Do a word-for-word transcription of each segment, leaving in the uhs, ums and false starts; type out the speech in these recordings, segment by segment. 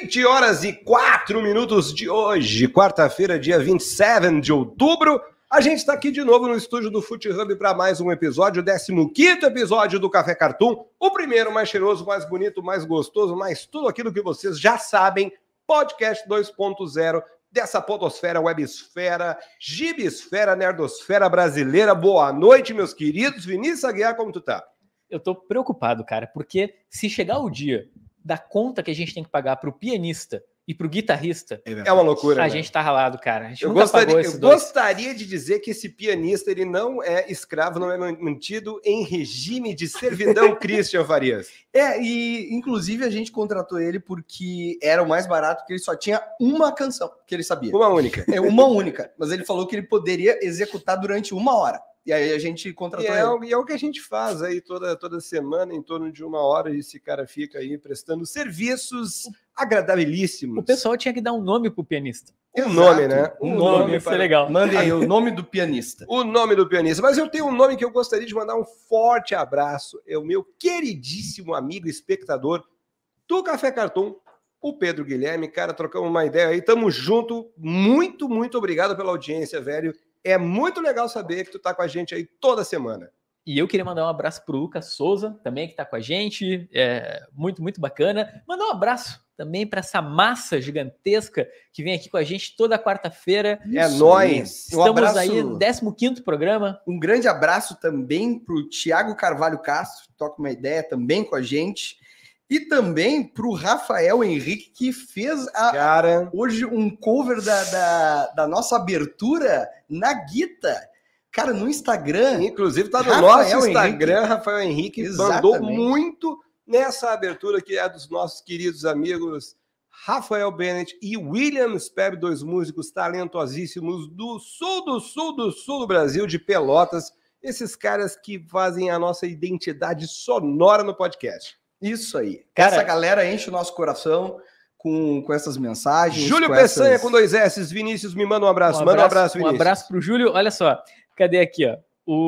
vinte horas e quatro minutos de hoje, quarta-feira, dia vinte e sete de outubro. A gente está aqui de novo no estúdio do Fute Hub para mais um episódio, o décimo quinto episódio do Café Cartoon. O primeiro mais cheiroso, mais bonito, mais gostoso, mais tudo aquilo que vocês já sabem. Podcast dois ponto zero dessa podosfera, websfera, gibisfera, nerdosfera brasileira. Boa noite, meus queridos. Vinícius Aguiar, como tu tá? Eu tô preocupado, cara, porque se chegar o dia da conta que a gente tem que pagar pro pianista e pro guitarrista, é uma loucura, a né? gente tá ralado, cara. A gente eu nunca gostaria, pagou eu esses dois. gostaria de dizer que esse pianista ele não é escravo, não é mantido em regime de servidão, Christian Farias. É, e inclusive a gente contratou ele porque era o mais barato, porque ele só tinha uma canção que ele sabia. Uma única. É uma única, mas ele falou que ele poderia executar durante uma hora. E aí a gente contratou e é, ele. E é o que a gente faz aí toda, toda semana, em torno de uma hora, esse cara fica aí prestando serviços agradabilíssimos. O pessoal tinha que dar um nome pro pianista. Um Exato. nome, né? Um, um nome, nome isso para... é legal. Mandem aí o nome do pianista. O nome do pianista. Mas eu tenho um nome que eu gostaria de mandar um forte abraço. É o meu queridíssimo amigo espectador do Café Cartoon, o Pedro Guilherme. Cara, trocamos uma ideia aí. Tamo junto. Muito, muito obrigado pela audiência, velho. É muito legal saber que tu tá com a gente aí toda semana. E eu queria mandar um abraço pro Lucas Souza, também que tá com a gente. É muito, muito bacana. Mandar um abraço também para essa massa gigantesca que vem aqui com a gente toda quarta-feira. É nóis! Estamos um abraço... aí no décimo quinto programa. Um grande abraço também pro Thiago Carvalho Castro, que toca uma ideia também com a gente. E também para o Rafael Henrique, que fez a, Cara. hoje um cover da, da, da nossa abertura na Guita. Cara, no Instagram. Inclusive tá no Rafael nosso Instagram, Henrique. Rafael Henrique Exatamente. Mandou muito nessa abertura que é dos nossos queridos amigos Rafael Bennett e William Speb, dois músicos talentosíssimos do sul, do sul, do sul do Brasil, de Pelotas. Esses caras que fazem a nossa identidade sonora no podcast. Isso aí. Cara, essa galera enche o nosso coração com, com essas mensagens. Júlio com Peçanha essas... com dois S. Vinícius, me manda um abraço. Um manda abraço, um abraço, Vinícius. Um abraço pro Júlio. Olha só. Cadê aqui, ó?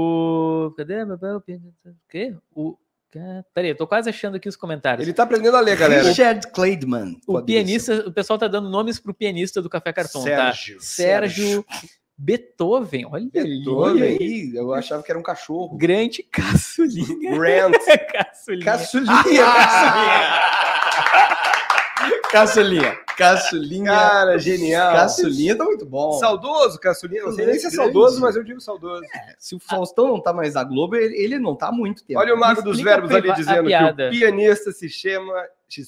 O... Cadê? O quê? O... Peraí, eu tô quase achando aqui os comentários. Ele tá aprendendo a ler, galera. Richard Kleidman. O pianista, ser. O pessoal tá dando nomes pro pianista do Café Cartoon, Sérgio. tá? Sérgio... Beethoven, olha Beethoven ali. aí, eu achava que era um cachorro. Grande caçulinha. Grant. caçulinha. Caçulinha. Caçulinha. Caçulinha. Cara, genial. Caçulinha tá muito bom. Saudoso, Caçulinha. Não sei nem se é saudoso, mas eu digo saudoso. É, se o Faustão não tá mais na Globo, ele, ele não tá há muito tempo. Olha o Mago dos Verbos ali dizendo que o pianista se chama,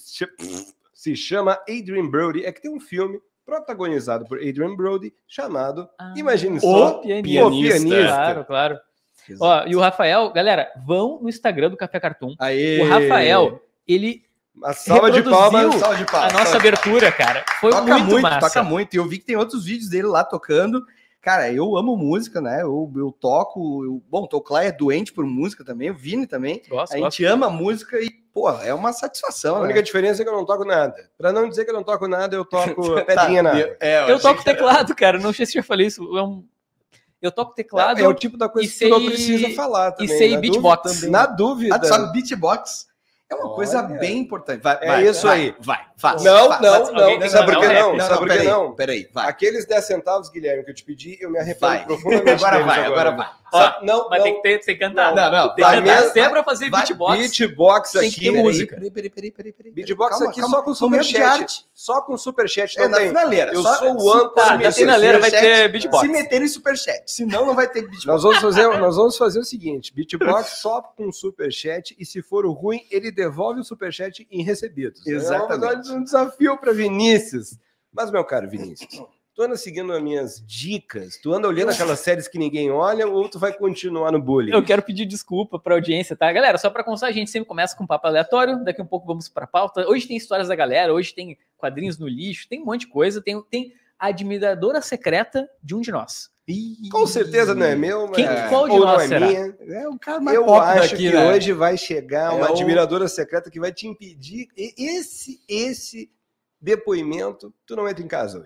se chama Adrien Brody. É que tem um filme protagonizado por Adrien Brody, chamado, ah, imagine só, o pianista. O pianista. Claro, claro. Ó, e o Rafael, galera, vão no Instagram do Café Cartoon. Aê. O Rafael, ele a salva de palmas, salva de palmas, a nossa abertura, cara. Foi toca muito, muito massa. Toca muito. E eu vi que tem outros vídeos dele lá tocando. Cara, eu amo música, né? Eu, eu toco. Eu, bom, o Clay é doente por música também, o Vini também. Gosto, a gosto. gente ama música e, pô, é uma satisfação. A né? única diferença é que eu não toco nada. Pra não dizer que eu não toco nada, eu toco pedrinha tá, na eu, é, eu, eu toco teclado, cara. Não sei se já falei isso. É um... Eu toco teclado. É, é o tipo da coisa que sei... tu não precisa falar também. E sei beatbox. Dúvida, na dúvida. Ah, tu sabe beatbox? É uma Olha. coisa bem importante. Vai, é vai, isso vai, aí. Vai, faz. Não, faz, não, faz. não. Alguém Sabe por que não? não? Não, Sabe não, por que peraí, não? Peraí, vai. Aqueles dez centavos, Guilherme, que eu te pedi, eu me arrependo Vai. profundamente. Agora deles vai, agora vai. Ó, não, mas não. tem que ter, tem que cantar. Não, não, tem vai que cantar mesmo, sempre pra fazer vai, beatbox. Beatbox Tem aqui. que ter música. Peraí, peraí, peraí, peraí, peraí. Beatbox Calma, aqui calma. só com Momento de superchat. arte. Só com superchat. É, Não na tem. finaleira. Eu Só- sou o âncora. Tá, do na finaleira vai superchat. ter beatbox. Se meterem superchat. Senão não vai ter beatbox. Nós vamos, fazer, nós vamos fazer o seguinte: beatbox só com superchat, e se for o ruim, ele devolve o superchat em recebidos. Exatamente. Vamos dar um desafio para Vinícius. Mas, meu caro Vinícius, tu anda seguindo as minhas dicas? Tu anda olhando aquelas séries que ninguém olha, ou tu vai continuar no bullying? Eu quero pedir desculpa pra audiência, tá? Galera, só pra constar, a gente sempre começa com um papo aleatório, daqui a um pouco vamos pra pauta. Hoje tem histórias da galera, hoje tem quadrinhos no lixo, tem um monte de coisa, tem, tem a admiradora secreta de um de nós. Com certeza não é meu, mas Quem- qual de ou nós não é será? minha. É o cara mais Eu pop acho daqui, que né? hoje vai chegar uma É o- admiradora secreta que vai te impedir. E esse, esse depoimento, tu não entra em casa hoje.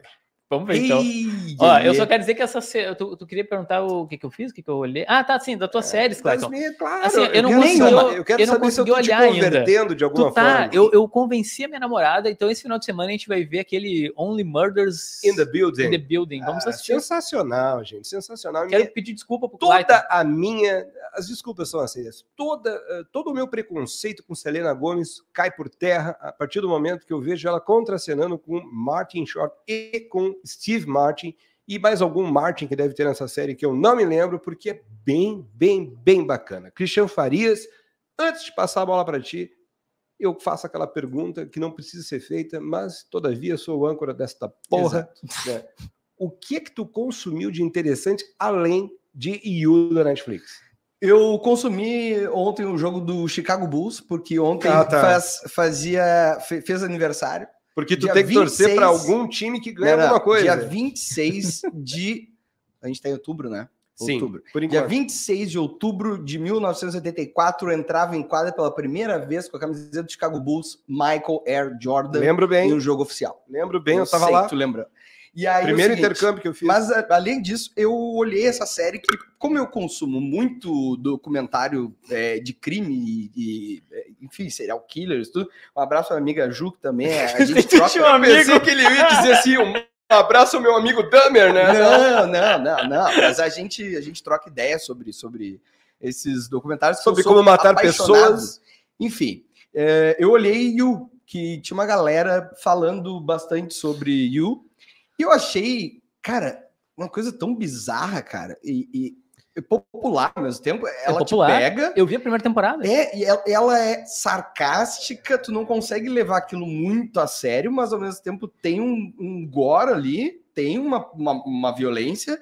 Vamos ver, então. Ei, Ó, ei, eu só ei. quero dizer que essa série... Tu, tu queria perguntar o que que eu fiz, o que que eu olhei? Ah, tá, sim, da tua série, Mas, Clayton. me- claro, Assim, eu não quero consegui- saber- eu quero eu não saber se eu consegui tô te olhar ainda. convertendo de alguma Tu tá, forma. eu, eu convenci a minha namorada, então esse final de semana a gente vai ver aquele Only Murders In the building. in the Building. Vamos Ah, assistir. sensacional, gente, sensacional. Quero Minha- pedir desculpa pro toda Clayton. a minha, as desculpas são assim, toda, eh, todo o meu preconceito com Selena Gomez cai por terra a partir do momento que eu vejo ela contracenando com Martin Short e com Steve Martin e mais algum Martin que deve ter nessa série que eu não me lembro, porque é bem, bem, bem bacana. Christian Farias, antes de passar a bola para ti, eu faço aquela pergunta que não precisa ser feita, mas todavia sou o âncora desta porra. Né? O que é que tu consumiu de interessante além de You da Netflix? Eu consumi ontem um jogo do Chicago Bulls, porque ontem Ah, tá. faz- fazia, fe- fez aniversário. Porque tu Dia tem que torcer vinte e seis para algum time que ganhe Não, não, alguma coisa. Dia vinte e seis de... A gente tá em outubro, né? Sim, Outubro. por Dia enquanto. vinte e seis de outubro de mil novecentos e oitenta e quatro, entrava em quadra pela primeira vez com a camiseta do Chicago Bulls, Michael Air Jordan, Lembro em bem, um jogo oficial. lembro bem, eu, tava sei lá. que tu lembra. E aí, Primeiro é o seguinte, intercâmbio que eu fiz. Mas, a- além disso, eu olhei essa série que, como eu consumo muito documentário é, de crime e, e, é, enfim, serial killers, tudo. Um abraço pra minha amiga Ju, que também é, a gente troca... Tinha um amigo. Pensei que ele ia dizer assim, um abraço ao meu amigo Dahmer, né? Não, não, não, não. Mas a gente, a gente troca ideias sobre, sobre esses documentários. que Sobre eu sou como matar apaixonado. pessoas. Enfim, é, eu olhei You, que tinha uma galera falando bastante sobre You, e eu achei, cara, uma coisa tão bizarra, cara, e, e- e popular ao mesmo tempo. Ela te popular. pega. Eu vi a primeira temporada. É, e ela, ela é sarcástica, tu não consegue levar aquilo muito a sério, mas ao mesmo tempo tem um, um gore ali, tem uma, uma, uma violência,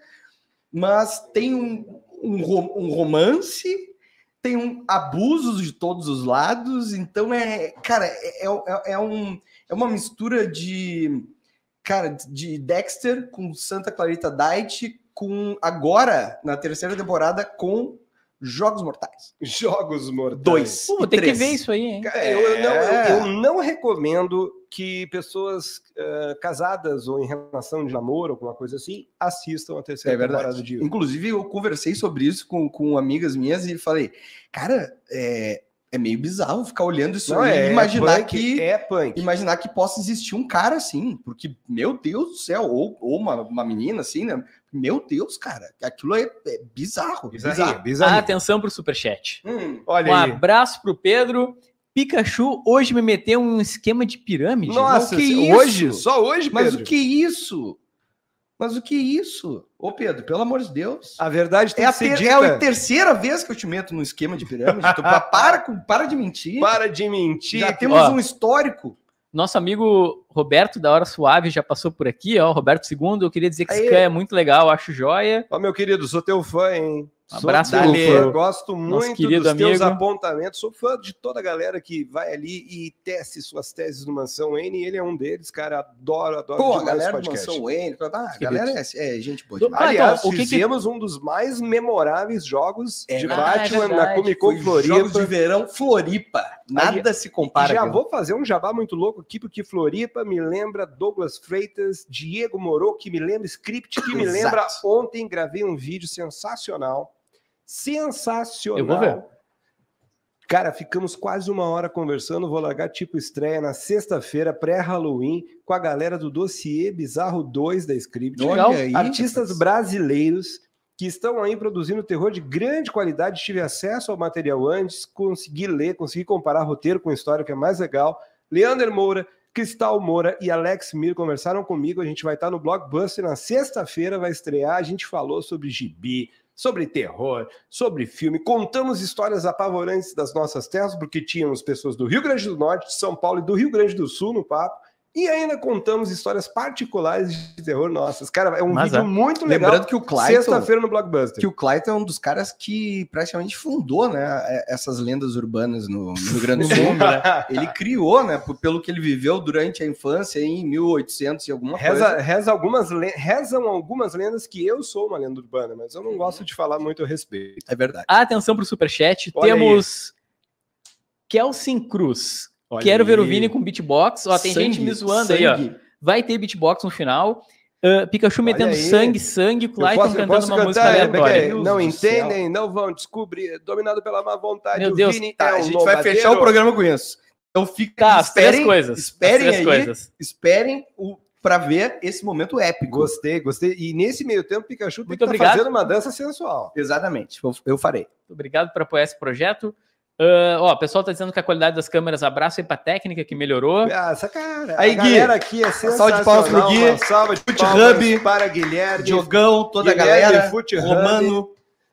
mas tem um, um, ro- um romance, tem um abusos de todos os lados, então é, cara, é, é, é, um, é uma mistura de, cara, de Dexter com Santa Clarita Diet, com agora, na terceira temporada, com Jogos Mortais. Jogos Mortais. Dois. Pô, vou e ter que três. ver isso aí, hein? Cara, Eu, eu não, É. eu, eu não recomendo que pessoas eh, casadas ou em relação de namoro, alguma coisa assim, assistam a terceira É verdade. temporada de You. Inclusive, eu conversei sobre isso com, com amigas minhas e falei, cara, é, é meio bizarro ficar olhando isso Não, aí é, e imaginar, é punk, que, é punk. imaginar que possa existir um cara assim, porque, meu Deus do céu, ou, ou uma, uma menina assim, né? Meu Deus, cara, aquilo é, é bizarro. Bizarrinho, bizarro. bizarrinho. Atenção pro superchat. Hum, Olha Um aí. abraço pro Pedro. Pikachu hoje me meteu um esquema de pirâmide. Nossa, o que se- isso? hoje? Só hoje, mas Pedro? o que é isso? Mas o que é isso? Ô, Pedro, pelo amor de Deus. A verdade tem É a, que ser ter- dita. é a terceira vez que eu te meto no esquema de pirâmide. Tu, pa- para, com- para de mentir. Para de mentir. Já temos Ó. um histórico. Nosso amigo Roberto da Hora Suave já passou por aqui, ó. Roberto segundo, eu queria dizer que Aí. esse Scan é muito legal, acho joia. Ó, meu querido, sou teu fã, hein? Um Sou abraço teu pro- fã, gosto nosso muito querido dos teus amigo. apontamentos. Sou fã de toda a galera que vai ali e tece suas teses no Mansão N. Ele é um deles, cara. Adoro, adoro Pô, a demais galera do esse podcast. Mansão Wayne. Ah, a galera é, é gente boa Do- demais. Ah, Aliás, então, o que que- fizemos um dos mais memoráveis jogos É de verdade, Batman é na verdade. Comic Con Foi Floripa. Jogos de verão Floripa. Nada se E compara. já aquilo. vou fazer um jabá muito louco aqui, porque Floripa me lembra Douglas Freitas, Diego Moro, que me lembra Script, que me Exato. lembra ontem, gravei um vídeo sensacional. Sensacional. Eu vou ver. Cara, ficamos quase uma hora conversando, vou largar tipo estreia na sexta-feira, pré-Halloween, com a galera do Dossiê Bizarro dois da Script. Legal. Olha aí, Artistas rapaz. brasileiros que estão aí produzindo terror de grande qualidade. Tive acesso ao material antes, consegui ler, consegui comparar roteiro com história, que é mais legal. Leander Moura, Cristal Moura e Alex Mir conversaram comigo. A gente vai estar no Blockbuster na sexta-feira, vai estrear. A gente falou sobre gibi, sobre terror, sobre filme. Contamos histórias apavorantes das nossas terras, porque tínhamos pessoas do Rio Grande do Norte, de São Paulo e do Rio Grande do Sul no papo. E ainda contamos histórias particulares de terror nossas. Cara, é um Mas vídeo é. muito legal. Lembrando que o Clayton, Sexta-feira no Blockbuster. que o Clayton é um dos caras que praticamente fundou, né, essas lendas urbanas no, no Rio Grande do Sul. Ele criou, né, por- pelo que ele viveu durante a infância em mil e oitocentos e alguma coisa. Reza, reza algumas, le- rezam algumas lendas que eu sou uma lenda urbana, mas eu não gosto de falar muito a respeito. É verdade. Atenção pro superchat. Olha Temos Kelsin Cruz. Olha Quero ver o aí. Vini com beatbox. Ó, tem Sangue, gente me zoando aí, ó. sangue. Vai ter beatbox no final. Uh, Pikachu Olha metendo aí. sangue, sangue, Eu Clayton posso, eu cantando posso uma música cantar, é, aleatória. porque Deus não do entendem, não vão descobrir. Dominado pela má vontade, Meu o Deus. Vini Tá, é um a gente vai novadeiro. fechar o programa com isso. Então fica, Tá, as esperem, três coisas. esperem as três aí, coisas. esperem o, pra ver esse momento épico. Gostei, gostei. E nesse meio tempo, Pikachu tem Muito que estar obrigado. fazendo uma dança sensual. Exatamente, eu, eu farei. Muito obrigado por apoiar esse projeto. Uh, ó, o pessoal tá dizendo que a qualidade das câmeras, abraço aí pra técnica que melhorou. Ah, essa cara, Aí, a Gui, galera aqui é sensacional. salve de palmas pro Gui, uma salva de Fute palmas Hub, para Guilherme, Diogão, toda Guilherme, a galera, Fute Hub. Romano,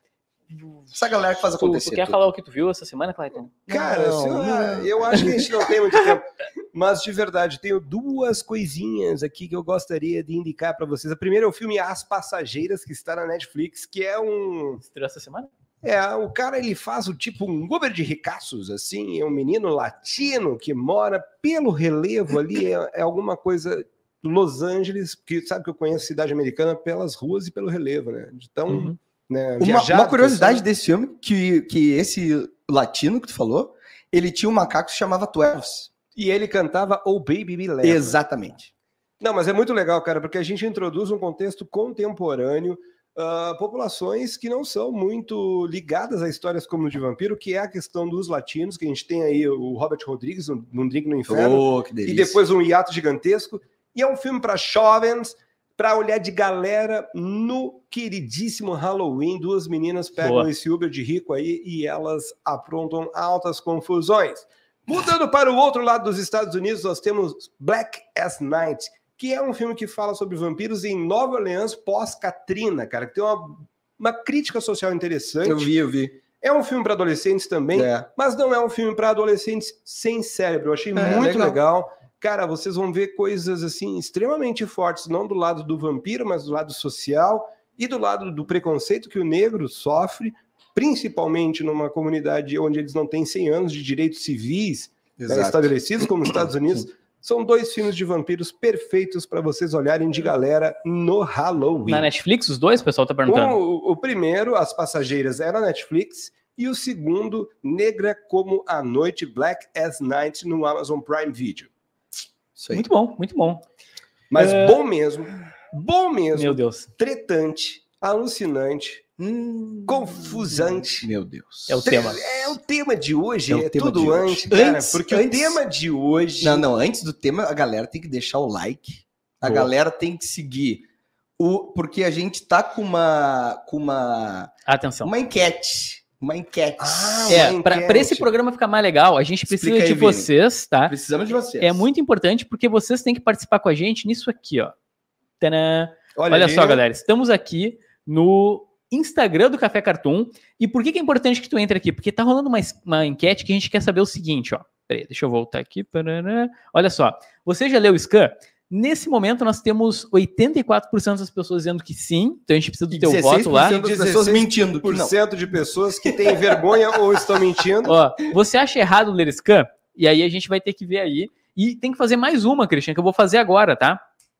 essa galera que faz Tu, tu acontecer. quer tudo. falar o que tu viu essa semana, Clayton? Cara, Não, se eu, não. eu acho que a gente não tem muito tempo. Mas, de verdade, tenho duas coisinhas aqui que eu gostaria de indicar para vocês. A primeira é o filme As Passageiras, que está na Netflix, que é um... Estreou essa semana? É, o cara, ele faz o tipo um Uber de ricaços, assim, é um menino latino que mora pelo relevo ali, é, é alguma coisa... Los Angeles, que sabe que eu conheço a cidade americana pelas ruas e pelo relevo, né? Então, Uhum. né, Uma, viajado, uma curiosidade assim. desse filme, que, que esse latino que tu falou, ele tinha um macaco que se chamava Twelves. E ele cantava Oh Baby Me Leva. Exatamente. Não, mas é muito legal, cara, porque a gente introduz um contexto contemporâneo, uh, populações que não são muito ligadas a histórias como o de vampiro, que é a questão dos latinos, que a gente tem aí o Robert Rodrigues, um, um Drink no Inferno, Oh, que e delícia. depois um hiato gigantesco. E é um filme para jovens, para olhar de galera no queridíssimo Halloween. Duas meninas pegam Boa. esse Uber de rico aí e elas aprontam altas confusões. Mudando para o outro lado dos Estados Unidos, nós temos Black as Night, que é um filme que fala sobre vampiros em Nova Orleans pós-Katrina, cara, que tem uma, uma crítica social interessante. Eu vi, eu vi. É um filme para adolescentes também, É. mas não é um filme para adolescentes sem cérebro. Eu achei É, muito legal. legal. Cara, vocês vão ver coisas assim extremamente fortes, não do lado do vampiro, mas do lado social e do lado do preconceito que o negro sofre, principalmente numa comunidade onde eles não têm cem anos de direitos civis, né, estabelecidos como os Estados Unidos. São dois filmes de vampiros perfeitos para vocês olharem de galera no Halloween. Na Netflix, os dois, o pessoal tá perguntando. O, o primeiro, As Passageiras, é na Netflix, e o segundo, Negra como a Noite, Black as Night, no Amazon Prime Video. Isso aí. Muito bom, muito bom. Mas É. bom mesmo, bom mesmo, Meu Deus. tretante, alucinante, Hum, confusante. Meu Deus. É o Tre- tema. É o tema de hoje, É é, o tema tudo de hoje. antes, cara, Antes- porque antes- o tema de hoje... Não, não, antes do tema, a galera tem que deixar o like. A Boa. galera tem que seguir. O, porque a gente tá com uma, com uma, Atenção. uma enquete. Uma enquete. Ah, É, uma pra, enquete. pra esse programa ficar mais legal, a gente precisa Explica aí, de Vini. vocês, tá? Precisamos de vocês. É muito importante porque vocês têm que participar com a gente nisso aqui, ó. Tadã! Olha ali, só, galera, estamos aqui no Instagram do Café Cartoon. E por que, que é importante que tu entre aqui? Porque tá rolando uma, es- uma enquete que a gente quer saber o seguinte, ó. Peraí, deixa eu voltar aqui. Parará. Olha só, você já leu o Scan? Nesse momento nós temos oitenta e quatro por cento das pessoas dizendo que sim, então a gente precisa do E teu voto lá. das pessoas mentindo que Por não. cento de pessoas que têm vergonha ou estão mentindo. Ó, você acha errado ler Scan? E aí a gente vai ter que ver aí. E tem que fazer mais uma, Christian, que eu vou fazer agora, tá?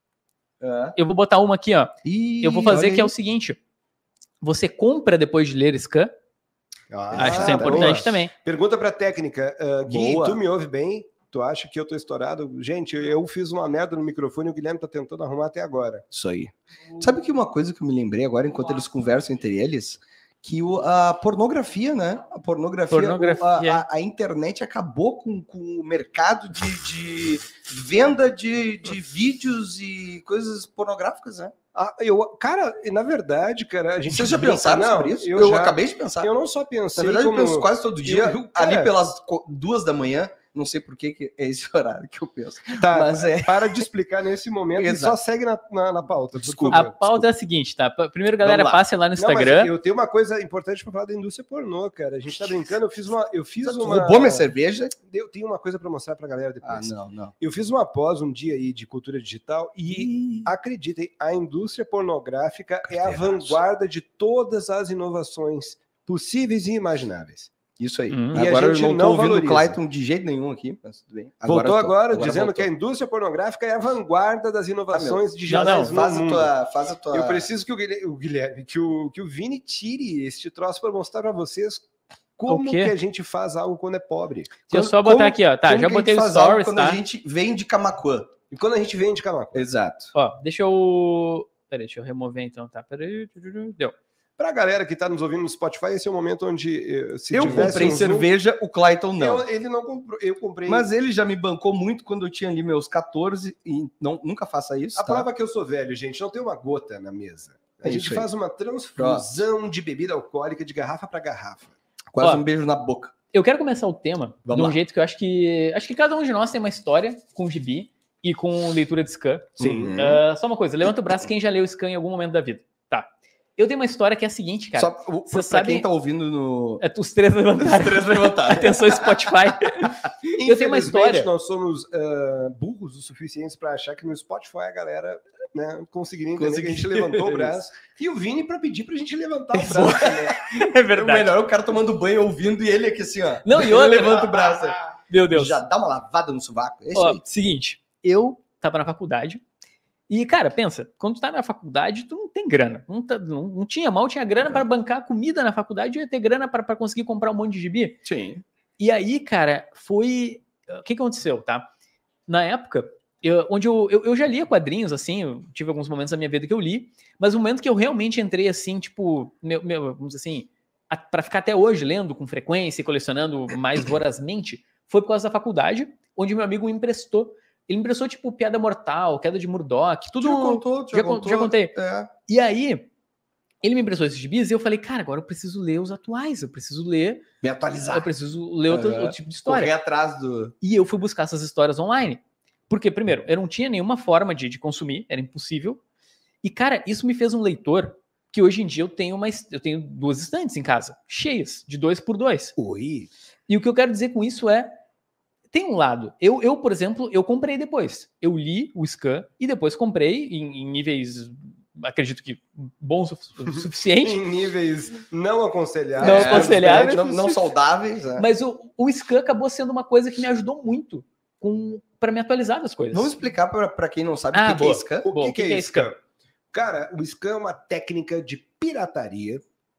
É. Eu vou botar uma aqui, ó. Ih, Eu vou fazer olha que é aí. o seguinte. Você compra depois de ler Scan? Ah, Acho que isso é boa. importante também. Pergunta para técnica. Uh, Gui, Boa. tu me ouve bem? Tu acha que eu tô estourado? Gente, eu fiz uma merda no microfone e o Guilherme tá tentando arrumar até agora. Isso aí. Sabe que uma coisa que eu me lembrei agora, enquanto eles conversam entre eles, que o- a pornografia, né? A pornografia, Pornografia. A, a- a internet acabou com, com o mercado de, de venda de, de vídeos e coisas pornográficas, né? Ah, eu, cara, na verdade, cara, a gente Vocês já brinca- pensaram não, sobre isso? Eu, Eu, já- acabei de pensar. Eu não só pensei Na verdade, como... eu penso quase todo dia, Eu- cara- ali pelas co- duas da manhã, não sei por que que é esse horário que eu penso. Tá, Mas é- para de explicar nesse momento e Exato. só segue na, na, na pauta. Desculpa. A pauta é a seguinte, tá? P- Primeiro, galera, Vamos lá. passe lá no Não, mas Instagram. eu tenho uma coisa importante para falar da indústria pornô, cara. A gente tá brincando, eu fiz uma... Eu fiz Tu uma... roubou minha cerveja? Eu tenho uma coisa para mostrar pra galera Ah, depois. não, não. Eu fiz uma pós um dia aí de cultura digital e, acreditem, a indústria pornográfica é a vanguarda de todas as inovações possíveis e imagináveis. Isso aí. Hum. E a Agora eu gente não tô não ouvindo o valoriza. Clayton de jeito nenhum aqui, mas tudo bem. Voltou eu tô. agora, dizendo voltou. que a indústria pornográfica é a vanguarda das inovações Ah, digitais não, no Faz a mundo. tua, faz a tua... Eu preciso que o Guilherme, o Guilherme, que o, que o Vini tire este troço para mostrar para vocês como O que quê? a gente faz algo quando é pobre. Deixa eu Como- só botar como- aqui, ó. Tá, Como já que a botei gente os faz algo stories, quando tá? a gente vem de Camaquã. E quando a gente vende, calma. Exato. Ó, deixa eu... Peraí, deixa eu remover então, tá? Peraí, deu. Pra galera que tá nos ouvindo no Spotify, esse é o momento onde eh, se Eu tivesse comprei um cerveja, o Clayton Zoom, não. eu- ele não comprou, eu comprei. Mas ele já me bancou muito quando eu tinha ali meus catorze e não, nunca faça isso, a tá? prova é que eu sou velho, gente, não tem uma gota na mesa. A É gente isso aí. faz uma transfusão de bebida alcoólica de garrafa pra garrafa. Quase Ó, um beijo na boca. Eu quero começar o tema Vamos de um lá. jeito que eu acho que... Acho que cada um de nós tem uma história com gibi e com leitura de scan. Sim. Uhum. Ah, só uma coisa, levanta o braço quem já leu scan em algum momento da vida. Tá. Eu tenho uma história que é a seguinte, cara. Só o- pra sabe- quem tá ouvindo no... É, os três levantaram. Os três levantaram. Atenção, Spotify. Eu tenho uma Infelizmente, história. nós somos ah, burros o suficientes para achar que no Spotify a galera, né, conseguiria entender que a gente levantou o braço. E o Vini para pedir pra gente levantar o braço. Né? É O verdade. melhor é o cara tomando banho, ouvindo, e ele aqui assim, ó. Não, e Ele outra- levanta o braço. Meu Deus. Já dá uma lavada no sovaco. É isso Ó, aí. seguinte, eu tava na faculdade e, cara, pensa, quando tu tá na faculdade, tu não tem grana. Não, tá- não- não tinha mal, tinha grana para bancar comida na faculdade, eu ia ter grana para conseguir comprar um monte de gibi. Sim. E aí, cara, foi... O que que aconteceu, tá? Na época, eu- onde eu, eu, eu já lia quadrinhos, assim, eu tive alguns momentos da minha vida que eu li, mas o momento que eu realmente entrei, assim, tipo, meu, meu, vamos dizer assim, a, pra ficar até hoje lendo com frequência e colecionando mais vorazmente, foi por causa da faculdade, onde meu amigo me emprestou. Ele me emprestou, tipo, Piada Mortal, Queda de Murdoch, tudo... Já contou, já, já con- contou. já contei. É. E aí, ele me emprestou esses gibis e eu falei, cara, agora eu preciso ler os atuais, eu preciso ler, Me eu atualizar. preciso ler outro, Aham. outro tipo de história. Correr atrás do... E eu fui buscar essas histórias online. Porque, primeiro, eu não tinha nenhuma forma de, de consumir, era impossível. E, cara, isso me fez um leitor que hoje em dia eu tenho uma, eu tenho duas estantes em casa, cheias, de dois por dois. Oi. E o que eu quero dizer com isso é, tem um lado, eu, eu por exemplo, eu comprei depois. Eu li o scan e depois comprei em, em níveis, acredito que bons o su- o suficiente. Em níveis não aconselháveis. Não É, aconselháveis. Não, não saudáveis. né? Mas o, o scan acabou sendo uma coisa que me ajudou muito para me atualizar das coisas. Vamos explicar para quem não sabe Ah, o que, que é boa. scan? O Bom, que, que é scan? Cara, o scan é uma técnica de pirataria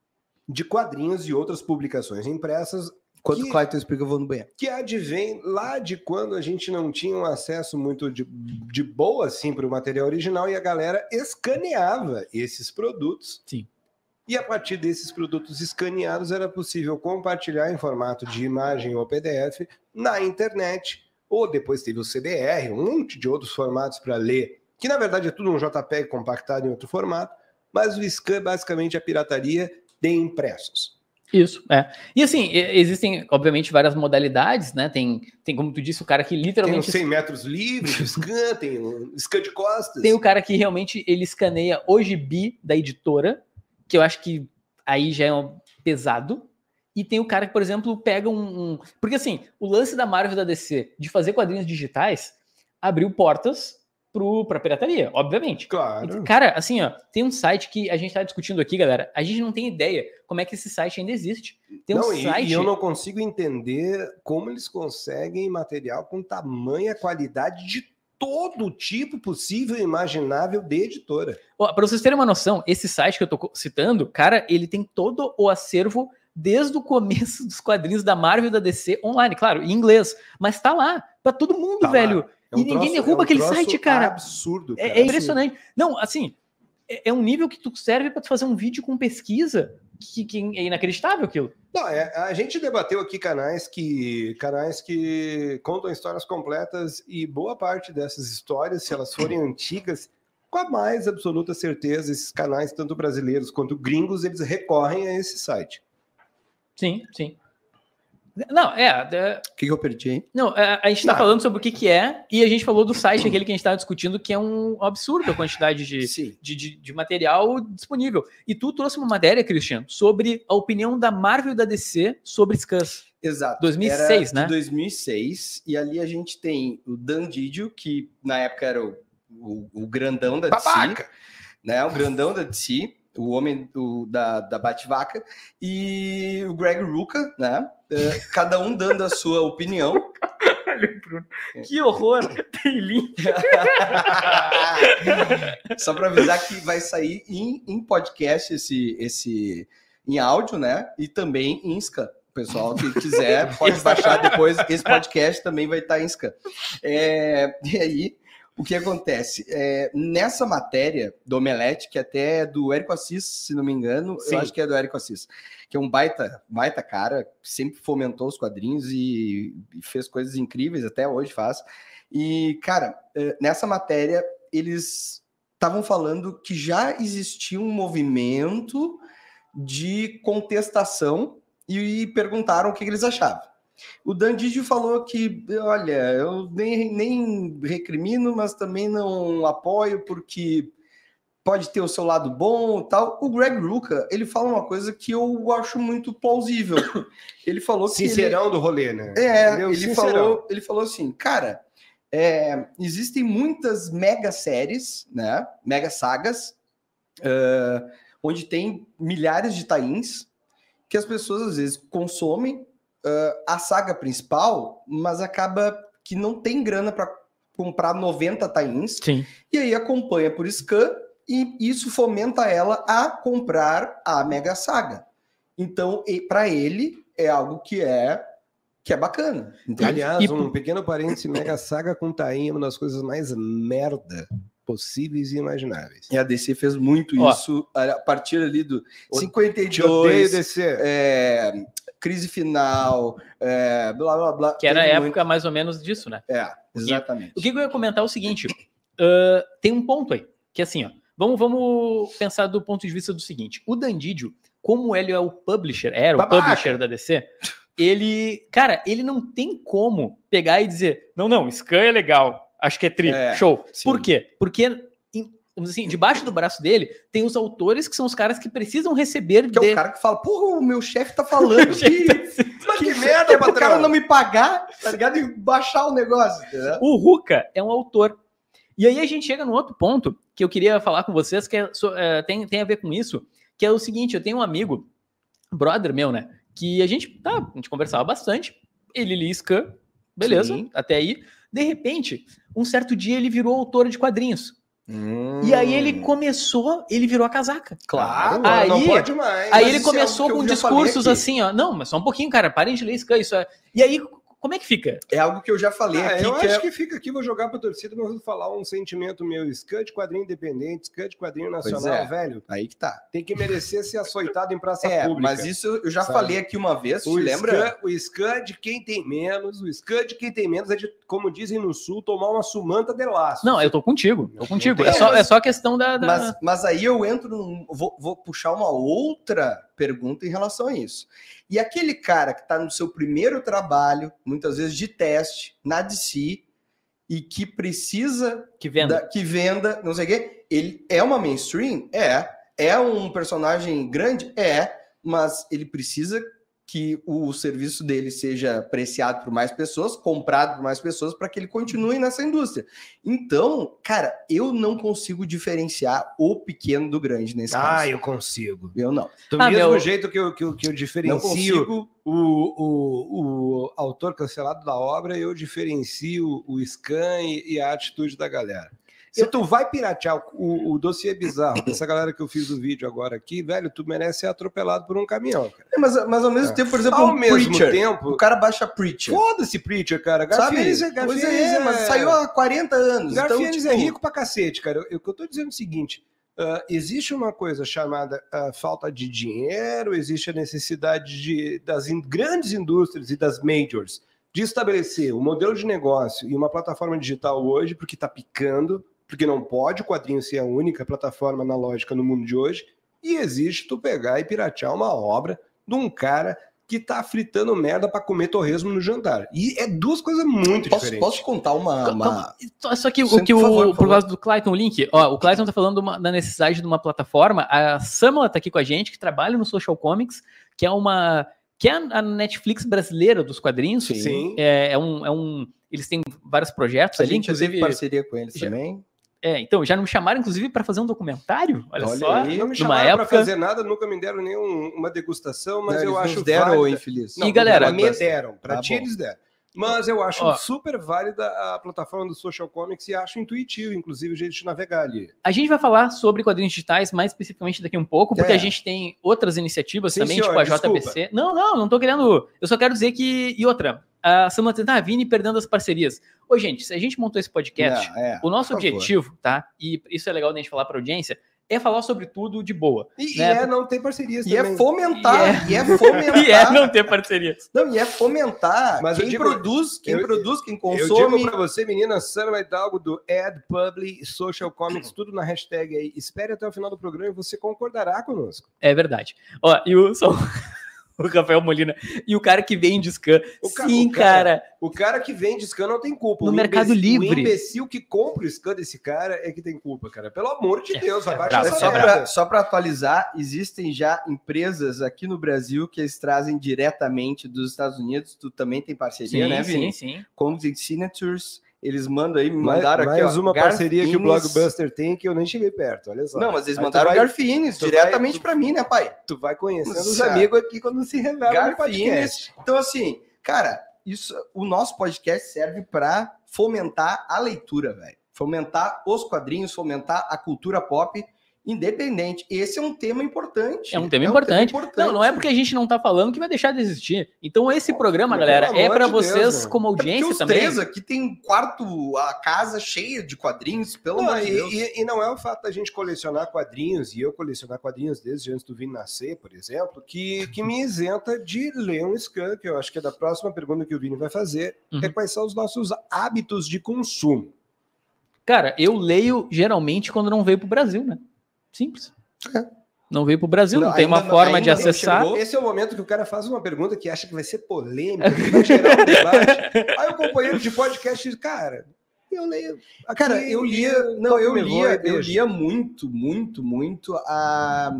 de quadrinhos e outras publicações impressas Enquanto que- o Clayton explica, eu vou no banheiro. que advém lá de quando a gente não tinha um acesso muito de, de boa assim, para o material original e a galera escaneava esses produtos. Sim. E a partir desses produtos escaneados era possível compartilhar em formato de imagem ou P D F na internet. Ou depois teve o C D R, um monte de outros formatos para ler, que na verdade é tudo um J P G compactado em outro formato, mas o scan basicamente é a pirataria de impressos. Isso, é. E assim, e- existem, obviamente, várias modalidades, né? Tem, tem como tu disse, o cara que Tem uns literalmente... cem metros livres de scan, tem um scan de costas. Tem o cara que realmente ele escaneia o gibi da editora, que eu acho que aí já é um pesado. E tem o cara que, por exemplo, pega um, um... Porque assim, o lance da Marvel e da D C de fazer quadrinhos digitais abriu portas pro, pra pirataria, obviamente. Claro. Cara, assim, ó, tem um site que a gente tá discutindo aqui, galera. A gente não tem ideia como é que esse site ainda existe. Tem um Não, e- site... e eu não consigo entender como eles conseguem material com tamanha qualidade de todo tipo possível e imaginável de editora. Ó, pra vocês terem uma noção, esse site que eu tô co- citando, cara, ele tem todo o acervo desde o começo dos quadrinhos da Marvel e da D C online, claro, em inglês, mas tá lá, pra todo mundo, Tá lá. velho. É um E ninguém troço- derruba é um aquele troço site, cara. Absurdo, É, cara. é impressionante. Não, assim, é, é um nível que tu serve pra tu fazer um vídeo com pesquisa que, que é inacreditável aquilo. Não, é, a gente debateu aqui canais que canais que contam histórias completas e boa parte dessas histórias, se elas forem antigas, com a mais absoluta certeza, esses canais, tanto brasileiros quanto gringos, eles recorrem a esse site. Sim, sim. Não, é, é, O que, que eu perdi, hein? não, é, a gente tá Não. falando sobre o que que é e a gente falou do site aquele que a gente tava discutindo que é um absurdo a quantidade de, Sim. de, de, de material disponível. E tu trouxe uma matéria, Christian, sobre a opinião da Marvel e da D C sobre scans. Exato. dois mil e seis, Era né? de dois mil e seis, e ali a gente tem o Dan Didio, que na época era o, o, o grandão da D C, Babaca! né? O grandão da D C, o homem do, da, da Bate-Vaca, e o Greg Rucka, né? É, cada um dando a sua opinião. Que horror! Tem link. Só para avisar que vai sair em, em podcast esse, esse em áudio, né? E também em scan. O pessoal que quiser pode baixar depois. Esse podcast também vai estar em scan. É, e aí, O que acontece? É, nessa matéria do Omelete, que até é do Érico Assis, se não me engano, Sim. eu acho que é do Érico Assis, que é um baita, baita cara, sempre fomentou os quadrinhos e, e fez coisas incríveis, até hoje faz. E, cara, nessa matéria, eles estavam falando que já existia um movimento de contestação e perguntaram o que eles achavam. O Dan Didio falou que, olha, eu nem, nem recrimino, mas também não apoio, porque pode ter o seu lado bom e tal. O Greg Rucka, ele fala uma coisa que eu acho muito plausível. Ele falou que... Sincerão ele... do rolê, né? É, Entendeu? ele Sincerão. falou, ele falou assim, cara, é, existem muitas mega séries, né, mega sagas, uh, onde tem milhares de tie-ins, que as pessoas às vezes consomem uh, a saga principal, mas acaba que não tem grana para comprar noventa tie-ins, Sim. e aí acompanha por scan, e isso fomenta ela a comprar a mega saga. Então, para ele, é algo que é, que é bacana. Entende? Aliás, E- um pequeno parêntese, Mega Saga com Taim é uma das coisas mais merda possíveis e imagináveis. E a D C fez muito Ó. isso a partir ali do O- cinquenta e Te odeio dois, descer. é, crise final, é, blá blá blá. Que era a Teve época mais ou menos disso, né? muito- É, exatamente. O que eu ia comentar é o seguinte: uh, tem um ponto aí, que é assim, ó. Vamos, vamos pensar do ponto de vista do seguinte: o Dan Didio, como ele é o publisher, era Babaca. o publisher da D C, ele, cara, ele não tem como pegar e dizer, não, não, Scan é legal, acho que é tri, É, show. sim. Por quê? Porque, em- vamos dizer assim, debaixo do braço dele tem os autores que são os caras que precisam receber Que é de... o cara que fala, porra, o meu chefe tá falando que, Mas que, que merda, que é pro patrão. cara não me pagar, tá ligado? E baixar o negócio, entendeu? O Rucka é um autor. E aí a gente chega num outro ponto que eu queria falar com vocês, que é, so- é, tem, tem a ver com isso, que é o seguinte: eu tenho um amigo, brother meu, né? Que a gente, tá, a gente conversava bastante, ele lia Scan, beleza, Sim. até aí. De repente, um certo dia ele virou autor de quadrinhos. Hum. E aí ele começou, ele virou a casaca. Claro, Agora aí- não pode mais. Aí mas ele isso é começou algo que com eu já falei discursos aqui. assim, ó, não, mas só um pouquinho, cara, parem de ler Scan, isso é... E aí, como é que fica? É algo que eu já falei Ah, aqui, eu que acho é... que fica aqui, vou jogar pra torcida, mas vou falar um sentimento meu. Scan de quadrinho independente, Scan de quadrinho nacional, é. velho, Aí que tá. tem que merecer ser açoitado em praça É, pública. mas isso eu já sabe? falei aqui uma vez, O te lembra? Scan, o Scan de quem tem menos, o Scan de quem tem menos é de, como dizem no sul, tomar uma sumanta de laço. Não, eu tô contigo, tô contigo. tem- É só, mas- é só questão da... da- Mas, mas aí eu entro num. Vou, vou puxar uma outra pergunta em relação a isso. E aquele cara que está no seu primeiro trabalho, muitas vezes de teste, na D C, e que precisa Que venda. da- que venda, não sei o quê, ele é uma mainstream? É. É um personagem grande? É. Mas ele precisa que o serviço dele seja apreciado por mais pessoas, comprado por mais pessoas, para que ele continue nessa indústria. Então, cara, eu não consigo diferenciar o pequeno do grande nesse Ah, caso. eu consigo. Eu não. Do Ah, mesmo meu- jeito que eu, que eu, que eu Não diferencio consigo. o, o, o autor cancelado da obra, eu diferencio o scan e, e a atitude da galera. Se tu vai piratear o, o dossiê bizarro dessa galera que eu fiz o vídeo agora aqui, velho, tu merece ser atropelado por um caminhão, cara. É, mas, mas ao mesmo É. tempo, por exemplo, Ao um mesmo Preacher. tempo, O cara baixa Preacher. foda-se Preacher, cara. Sabe? Garfienes é, Pois Garfienes é, mas saiu há quarenta anos. Garfienes então, é tipo, rico pra cacete, cara. Eu- O que eu tô dizendo é o seguinte: ah, existe uma coisa chamada ah, falta de dinheiro, existe a necessidade de, das in- grandes indústrias e das majors de estabelecer um modelo de negócio e uma plataforma digital hoje, porque tá picando, porque não pode o quadrinho ser a única plataforma analógica no mundo de hoje, e existe tu pegar e piratear uma obra de um cara que tá fritando merda pra comer torresmo no jantar. E é duas coisas muito Posso, diferentes. posso contar uma. uma... Só- Só que o Sempre, que por o, favor, por por favor. causa do Clayton Link, ó, o Clayton tá falando de uma- da necessidade de uma plataforma. A Samla tá aqui com a gente, que trabalha no Social Comics, que é uma que é a a Netflix brasileira dos quadrinhos. Sim. Sim. É, é um, é um, eles têm vários projetos A ali, gente inclusive. teve parceria com eles já- também. É, então, já me chamaram, inclusive, para fazer um documentário. Olha, Olha só. aí. Não me numa chamaram época. pra fazer nada, nunca me deram nenhuma degustação, mas Não, eu eles acho nos deram, válida. ô infeliz. E, galera, me deram, pra Tá ti bom. eles deram. Mas eu acho Ó. super válida a plataforma do Social Comics e acho intuitivo, inclusive, o jeito de navegar ali. A gente vai falar sobre quadrinhos digitais mais especificamente daqui um pouco, porque É. a gente tem outras iniciativas Sim, também, senhor, tipo a desculpa. J B C. Não, não, não tô querendo. Eu só quero dizer que. E outra, a Samantha Navini perdendo as parcerias. Ô, gente, se a gente montou esse podcast, Não, é, o nosso por favor. objetivo, tá? E isso é legal da gente falar pra audiência, é falar sobre tudo de boa. E, né? e é não ter parcerias E também. é fomentar, E e é, fomentar. E é não ter parcerias. Não, e é fomentar. Mas eu quem digo- produz, quem eu- produz, quem Eu consome. digo pra você, menina, Sandra Hidalgo do Ed Publi Social Comics, tudo na hashtag aí. Espere até o final do programa e você concordará conosco. É verdade. Ó, e o, só, o Rafael Molina. E o cara que vende scan. O ca- Sim, o cara- cara. O cara que vende scan não tem culpa. No O Mercado imbecil- Livre. O imbecil que compra o scan desse cara é que tem culpa, cara. Pelo amor de É, Deus, vai é baixar brabo, essa Só é merda. para só pra atualizar, existem já empresas aqui no Brasil que eles trazem diretamente dos Estados Unidos. Tu também tem parceria, Sim, né, sim, Vini? sim. Comics Signatures. Eles mandam aí, me Mais, mandaram aqui. mais ó, uma parceria que o Garfienes. Blockbuster tem que eu nem cheguei perto, olha só. Não, mas eles Aí tu mandaram vai- Garfienes tu diretamente vai- pra mim, né, pai? Tu vai conhecendo os Nossa. amigos aqui quando se revela no Garfienes. podcast. Então, assim, cara, isso, o nosso podcast serve para fomentar a leitura, velho. Fomentar os quadrinhos, fomentar a cultura pop independente. Esse é um tema importante. É um tema importante. Não, não é porque a gente não tá falando que vai deixar de existir. Então, esse programa, Mas galera, pelo é amor pra de vocês, Deus, mano. como É porque audiência os também. três aqui tem quarto, a casa cheia de quadrinhos, pelo Não, amor de e, Deus. e- e não é o fato da gente colecionar quadrinhos, e eu colecionar quadrinhos desde antes do Vini nascer, por exemplo, que, que me isenta de ler um scan, que eu acho que é da próxima pergunta que o Vini vai fazer, Uhum. é quais são os nossos hábitos de consumo. Cara, eu leio geralmente quando não veio pro Brasil, né? Simples. Não veio pro Brasil, não, Não, tem ainda uma não- forma de ainda não acessar. chegou. Esse é o momento que o cara faz uma pergunta que acha que vai ser polêmica, que vai gerar um debate. Aí o companheiro de podcast diz, cara, eu leio... aqui, Cara, eu lia, não, toco eu me voa lia, e eu beijo. lia muito, muito, muito a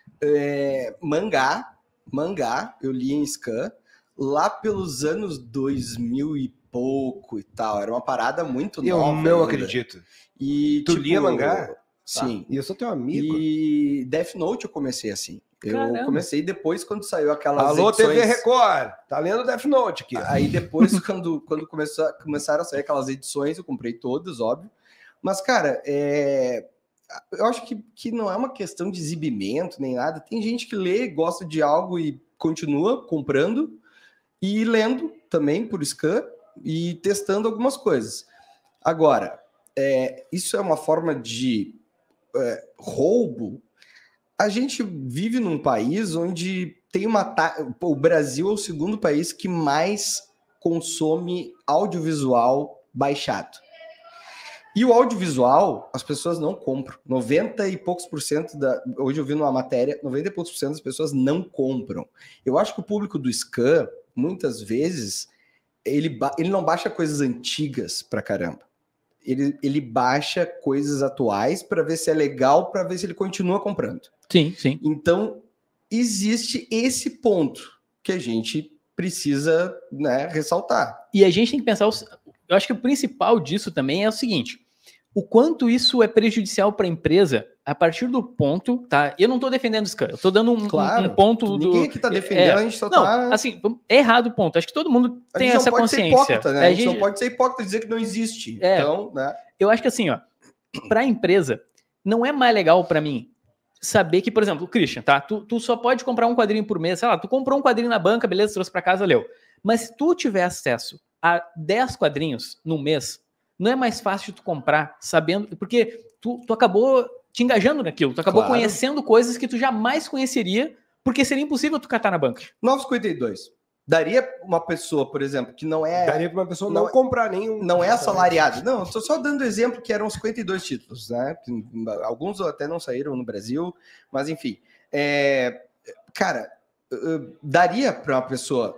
é, mangá, mangá, eu lia em scan lá pelos anos dois mil e pouco e tal. Era uma parada muito Eu nova. não ainda. acredito. E Tu lia mangá? Sim. E eu sou teu amigo. E Death Note eu comecei assim. Eu Caramba. comecei depois quando saiu aquelas Alô, edições... T V Record, tá lendo Death Note aqui. Aí depois, quando, quando começou, começaram a sair aquelas edições, eu comprei todas, óbvio. Mas, cara, é... eu acho que, que não é uma questão de exibimento nem nada. Tem gente que lê, gosta de algo e continua comprando e lendo também por scan e testando algumas coisas. Agora, é, isso é uma forma de é, roubo. A gente vive num país onde tem uma... Ta... O Brasil é o segundo país que mais consome audiovisual baixado. E o audiovisual, as pessoas não compram. noventa e poucos por cento da... Hoje eu vi numa matéria, noventa e poucos por cento das pessoas não compram. Eu acho que o público do scan, muitas vezes, ele, ba... ele não baixa coisas antigas pra caramba. Ele, ele baixa coisas atuais para ver se é legal, para ver se ele continua comprando. Sim, sim. Então, existe esse ponto que a gente precisa, né, ressaltar. E a gente tem que pensar, os- eu acho que o principal disso também é o seguinte, o quanto isso é prejudicial para a empresa a partir do ponto, tá? Eu não estou defendendo o scan, eu estou dando um, Claro, um ponto do... Ninguém aqui tá defendendo, é, a gente só não, tá... assim, é errado o ponto. Acho que todo mundo A tem gente não essa pode ser consciência. hipócrita, né? É, A gente não pode ser hipócrita e dizer que não existe. É. Então, né? Eu acho que assim, ó, para a empresa, não é mais legal para mim saber que, por exemplo, o Christian, tá? Tu, tu só pode comprar um quadrinho por mês, sei lá, tu comprou um quadrinho na banca, beleza, trouxe para casa, leu. Mas se tu tiver acesso a dez quadrinhos no mês, não é mais fácil tu comprar sabendo, porque tu, tu acabou te engajando naquilo, tu acabou Claro. conhecendo coisas que tu jamais conheceria, porque seria impossível tu catar na banca. novecentos e cinquenta e dois. Daria uma pessoa, por exemplo, que não é... Daria para uma pessoa não não, é- comprar nenhum. não é assalariado. Não, estou só dando exemplo que eram cinquenta e dois títulos, né? Que, alguns até não saíram no Brasil, mas enfim. É, cara, uh, daria para uma pessoa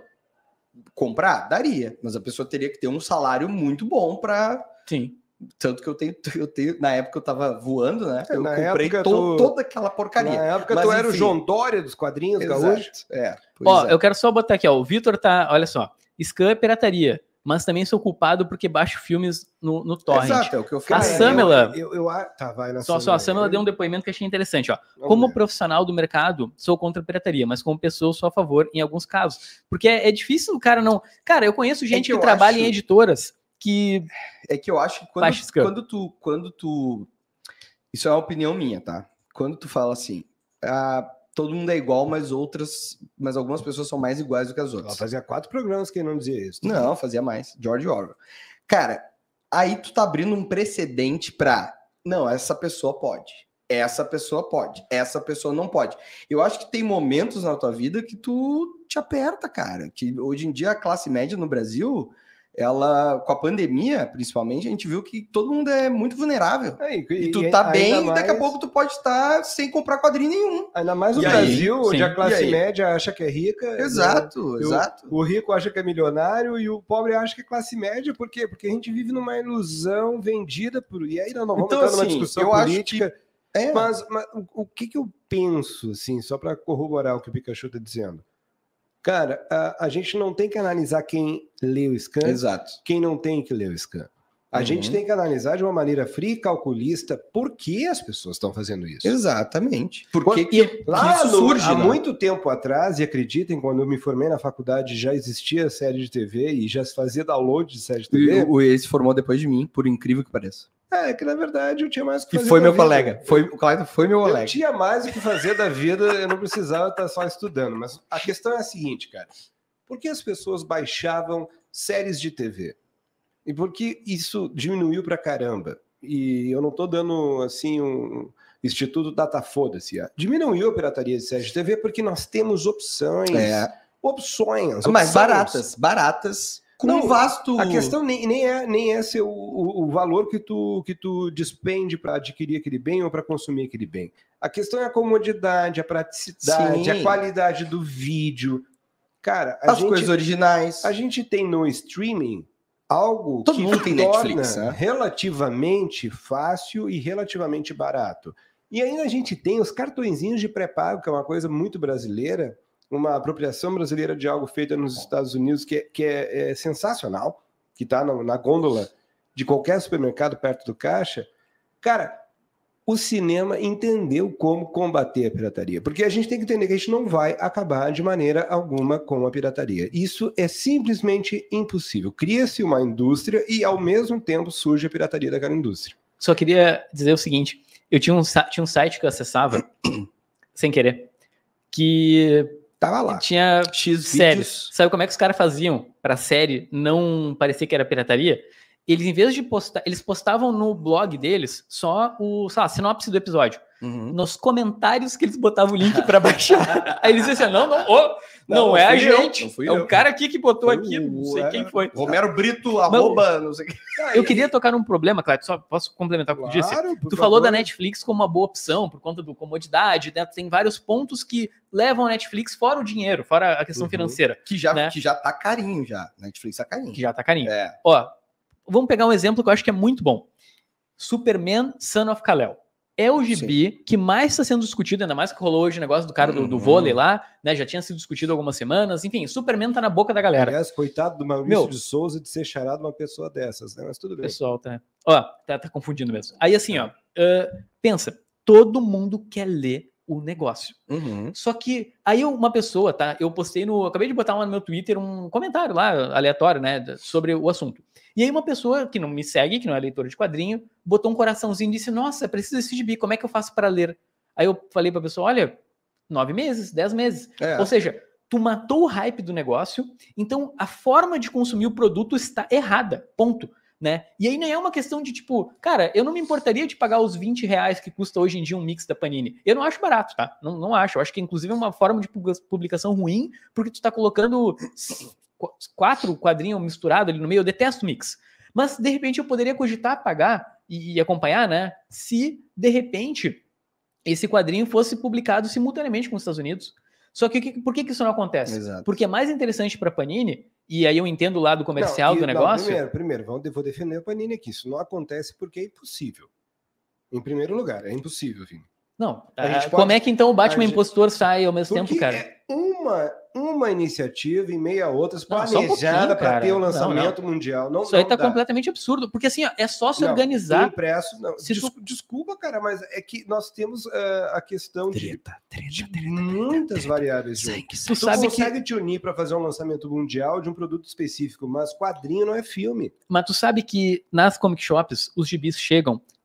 comprar? Daria, mas a pessoa teria que ter um salário muito bom para... Sim. Tanto que eu tenho, eu tenho, na época eu tava voando, né? É, Eu na comprei época to- tu- toda aquela porcaria. Na época Mas, tu era o enfim. João Dória dos quadrinhos gaúchos. Exato. É, pois Ó, é. eu quero só botar aqui, ó, o Vitor tá, olha só, scan é pirataria, mas também sou culpado porque baixo filmes no, no torrent. Exato, é o que eu A falei. Samela- Eu, eu, eu, tá, vai na Só, só a Samela deu um depoimento que achei interessante, ó. Vamos Como ver. profissional do mercado, sou contra a pirataria, mas como pessoa sou a favor em alguns casos. Porque é, é difícil o cara não... Cara, eu conheço gente que que, eu trabalha acho- em editoras que... É que eu acho que quando, Baixa scan. quando tu, quando tu, isso é uma opinião minha, tá? Quando tu fala assim, ah, todo mundo é igual, mas outras, mas algumas pessoas são mais iguais do que as Ela outras. fazia quatro programas que não dizia isso. Não, fazia mais. George Orwell. Cara, aí tu tá abrindo um precedente pra... Não, essa pessoa pode. Essa pessoa pode. Essa pessoa não pode. Eu acho que tem momentos na tua vida que tu te aperta, cara. Que hoje em dia a classe média no Brasil, ela, com a pandemia, principalmente, a gente viu que todo mundo é muito vulnerável. É, e, E tu e tá ainda bem, mais, daqui a pouco tu pode estar sem comprar quadrinho nenhum. Ainda mais no E aí? Brasil, onde Sim. a classe E aí? média acha que é rica. Exato, né? exato. O, o rico acha que é milionário e o pobre acha que é classe média. Por quê? Porque a gente vive numa ilusão vendida por... E aí nós não vamos Então, entrar numa assim, discussão eu acho política. É. Mas, mas o, o que, que eu penso, assim, só para corroborar o que o Pikachu está dizendo? Cara, a, a gente não tem que analisar quem lê o scan, Exato. quem não tem que ler o scan. A Uhum. gente tem que analisar de uma maneira fria e calculista por que as pessoas estão fazendo isso. Exatamente. Porque Quando- que, que Lá isso no- surge, há né? muito tempo atrás, e acreditem, quando eu me formei na faculdade já existia série de T V e já se fazia download de série de T V. O, o, ele se formou depois de mim, por incrível que pareça. É, que na verdade eu tinha mais o que Que fazer foi da meu vida. colega. Foi, o Clayton foi meu Eu colega. tinha mais o que fazer da vida, eu não precisava estar só estudando. Mas a questão é a seguinte, cara. Por que as pessoas baixavam séries de T V? E por que isso diminuiu pra caramba? E eu não tô dando, assim, um Instituto Data Foda-se. Diminuiu a pirataria de séries de T V porque nós temos opções. É. Opções. Mas opções. baratas, baratas. Com Não, um vasto... A questão nem, nem, é, nem é ser o, o, o valor que tu, que tu despende para adquirir aquele bem ou para consumir aquele bem. A questão é a comodidade, a praticidade, Sim. a qualidade do vídeo. Cara, a As gente, coisas originais. a gente tem no streaming algo Todo que mundo tem torna Netflix, né? relativamente fácil e relativamente barato. E ainda a gente tem os cartõezinhos de pré-pago, que é uma coisa muito brasileira, uma apropriação brasileira de algo feito nos Estados Unidos que é, que é, é sensacional, que está na, na gôndola de qualquer supermercado perto do caixa. Cara, o cinema entendeu como combater a pirataria, porque a gente tem que entender que a gente não vai acabar de maneira alguma com a pirataria. Isso é simplesmente impossível. Cria-se uma indústria e, ao mesmo tempo, surge a pirataria daquela indústria. Só queria dizer o seguinte, eu tinha um, sa- tinha um site que eu acessava, sem querer, que Tava lá. tinha X séries. vídeos. Sabe como é que os caras faziam pra série não parecer que era pirataria? Eles, em vez de postar, eles postavam no blog deles só o, sei lá, sinopse do episódio. Uhum. Nos comentários que eles botavam o link pra baixar. Aí eles diziam assim, não, não, ô, não, Não, é a fui eu, gente. não fui É eu. o cara aqui que botou Foi aqui, o- não sei é- quem foi. Romero Brito, arroba, não sei o que. Eu queria tocar num problema, Cláudio, só posso complementar o que tu disse? Claro, por Tu falou favor. da Netflix como uma boa opção por conta do comodidade, né? Tem vários pontos que levam a Netflix fora o dinheiro, fora a questão Uhum. financeira, Que já, Né? que já tá carinho já. Netflix tá carinho. que já tá carinho. É. Ó, vamos pegar um exemplo que eu acho que é muito bom. Superman Son of Kal-El. É o gibi que mais está sendo discutido, ainda mais que rolou hoje o negócio do cara do, do Uhum. vôlei lá, né? Já tinha sido discutido há algumas semanas. Enfim, Superman tá na boca da galera. Aliás, coitado do Maurício Meu. de Souza de ser charado uma pessoa dessas, né? Mas tudo bem. Pessoal, tá. Ó, tá, tá confundindo mesmo. Aí assim, ó, ah, pensa, todo mundo quer ler o negócio. Uhum. Só que aí uma pessoa, tá? Eu postei no. Acabei de botar lá no meu Twitter um comentário lá, aleatório, né? Sobre o assunto. E aí uma pessoa que não me segue, que não é leitora de quadrinho, botou um coraçãozinho e disse: Nossa, preciso desse gibi, como é que eu faço para ler? Aí eu falei pra pessoa: Olha, nove meses, dez meses. É. Ou seja, tu matou o hype do negócio, então a forma de consumir o produto está errada. Ponto. Né? E aí não é uma questão de tipo, cara, eu não me importaria de pagar os vinte reais que custa hoje em dia um mix da Panini. Eu não acho barato, tá? Não, não acho. Eu acho que inclusive é uma forma de publicação ruim, porque tu tá colocando quatro quadrinhos misturados ali no meio. Eu detesto mix. Mas de repente eu poderia cogitar pagar e, e acompanhar, né? Se de repente esse quadrinho fosse publicado simultaneamente com os Estados Unidos. Só que que- por que, que isso não acontece? Exato. Porque é mais interessante para Panini, e aí eu entendo o lado comercial Não, do e- não, negócio. primeiro, primeiro, vamos, vou defender a Panini aqui. Isso não acontece porque é impossível. Em primeiro lugar, é impossível, Vini. Não, A gente ah, pode- como é que então o Batman a gente- Impostor sai ao mesmo Porque tempo, cara? é uma, uma iniciativa em meio a outras Não, só um pouquinho, planejada para cara. ter o Não, lançamento mundial. Não, Isso aí não tá dá. completamente absurdo, porque assim, ó, é só se Não, organizar. Impresso, não. Se Des- tu- Desculpa, cara, mas é que nós temos ah, a questão de, de muitas variáveis juntas. Tu Tu sabe que, consegue te unir para fazer um lançamento mundial de um produto específico, mas quadrinho não é filme. mas tu sabe que nas comic shops os gibis chegam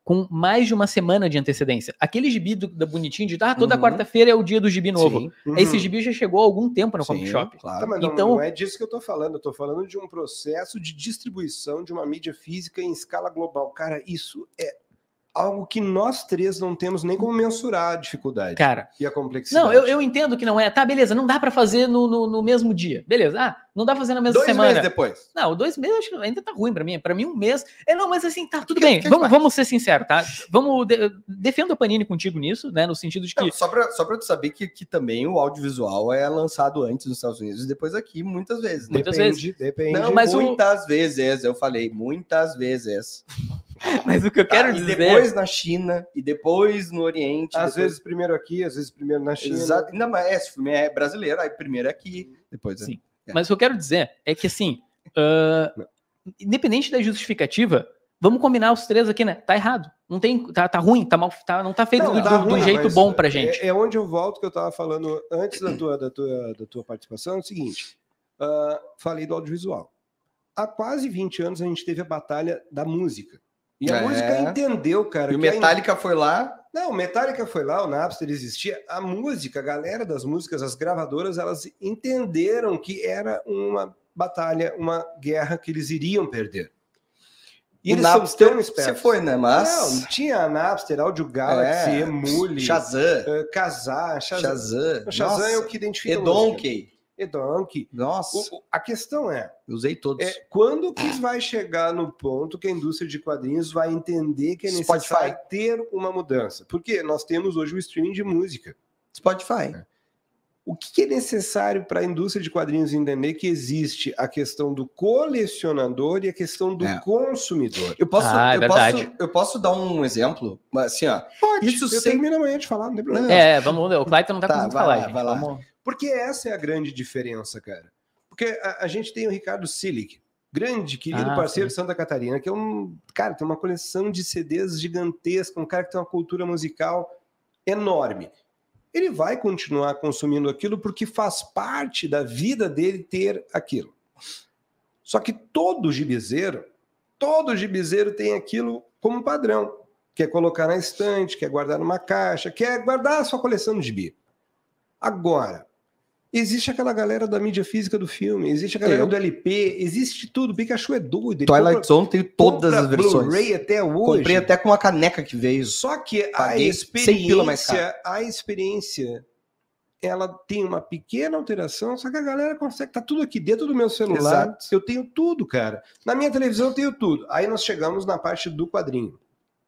com mais de uma semana de antecedência. Aquele gibi do, da bonitinho de ah, toda Uhum. quarta-feira é o dia do gibi novo. Sim. Uhum. Esse gibi já chegou há algum tempo no Sim, comic shop. claro. Tá, mas não, Então- não é disso que eu tô falando. Eu tô falando de um processo de distribuição de uma mídia física em escala global. Cara, isso é algo que nós três não temos nem como mensurar a dificuldade Cara, e a complexidade. não, eu, eu entendo que não é. Tá, beleza, não dá pra fazer no, no, no mesmo dia. Beleza, ah, não dá pra fazer na mesma Dois semana. meses depois. Não, dois meses acho que ainda tá ruim pra mim. Pra mim, um mês. É, não, mas assim, tá, tudo Que- bem. que Vamos, faz? vamos ser sinceros, tá? Vamos. De, defendo a Panini contigo nisso, né? No sentido de que. Não, só para só pra tu saber que, que também o audiovisual é lançado antes nos Estados Unidos e depois aqui, muitas vezes. Né? Muitas depende, depende. Não, mas o- muitas vezes, eu falei, muitas vezes. Mas o que eu quero Tá, e dizer. depois na China, e depois no Oriente. Às depois... vezes primeiro aqui, às vezes primeiro na China. Exato. Ainda mais, esse filme é brasileiro, aí primeiro é aqui, depois é. Sim. Mas o que eu quero dizer é que, assim, ah, independente da justificativa, vamos combinar os três aqui, né? Tá errado. Não tem, tá, tá ruim, tá mal, tá, não tá feito Não, do, tá do- do ruim, jeito mas bom pra gente. É, é onde eu volto que eu tava falando antes da tua, da tua, da tua participação. É o seguinte, ah, falei do audiovisual. Há quase vinte anos a gente teve a batalha da música. E a É. música entendeu, cara. E o que a- Metallica foi lá, Não, Metallica foi lá, o Napster existia. A música, a galera das músicas, as gravadoras, elas entenderam que era uma batalha, uma guerra que eles iriam perder. E o eles são Napster tão espertos. se foi, né? Mas... Não, tinha a Napster, Audio Galaxy, É, Emule, Shazam, uh, Kazaa, Shazam. Shazam, O Shazam nossa, é o que identifica a música. Edonkey. Edonkey. Nossa, O- o- A questão é, usei todos. é, quando que vai chegar no ponto que a indústria de quadrinhos vai entender que é necessário Spotify. ter uma mudança? Porque nós temos hoje o streaming de música. Spotify. O que que é necessário para a indústria de quadrinhos entender que existe a questão do colecionador e a questão do É. consumidor? Eu posso, Ah, é eu, verdade. posso, eu posso dar um exemplo? Mas, assim, ó. Pode, Isso eu sem- termino amanhã de falar, não tem problema. É, vamos ver. O Clayton não tá, Tá, conseguindo vai falar, lá, gente. vai lá. Vamos- Porque essa é a grande diferença, cara. Porque a, a gente tem o Ricardo Silic, grande, querido Ah, parceiro sim. de Santa Catarina, que é um cara, tem uma coleção de C Ds gigantesca, um cara que tem uma cultura musical enorme. Ele vai continuar consumindo aquilo porque faz parte da vida dele ter aquilo. Só que todo gibizeiro, todo gibizeiro tem aquilo como padrão. Quer colocar na estante, quer guardar numa caixa, quer guardar a sua coleção de gibi. Agora, existe aquela galera da mídia física do filme, existe a galera Eu. do L P, existe tudo. O Pikachu é doido. Ele Twilight compra- Zone tem todas compra as versões. Blu-ray até hoje. Comprei até com a caneca que veio. Só que a Paguei cem pila mais experiência, a experiência, ela tem uma pequena alteração, só que a galera consegue, tá tudo aqui dentro do meu celular, Exato. eu tenho tudo, cara. Na minha televisão eu tenho tudo. Aí nós chegamos na parte do quadrinho.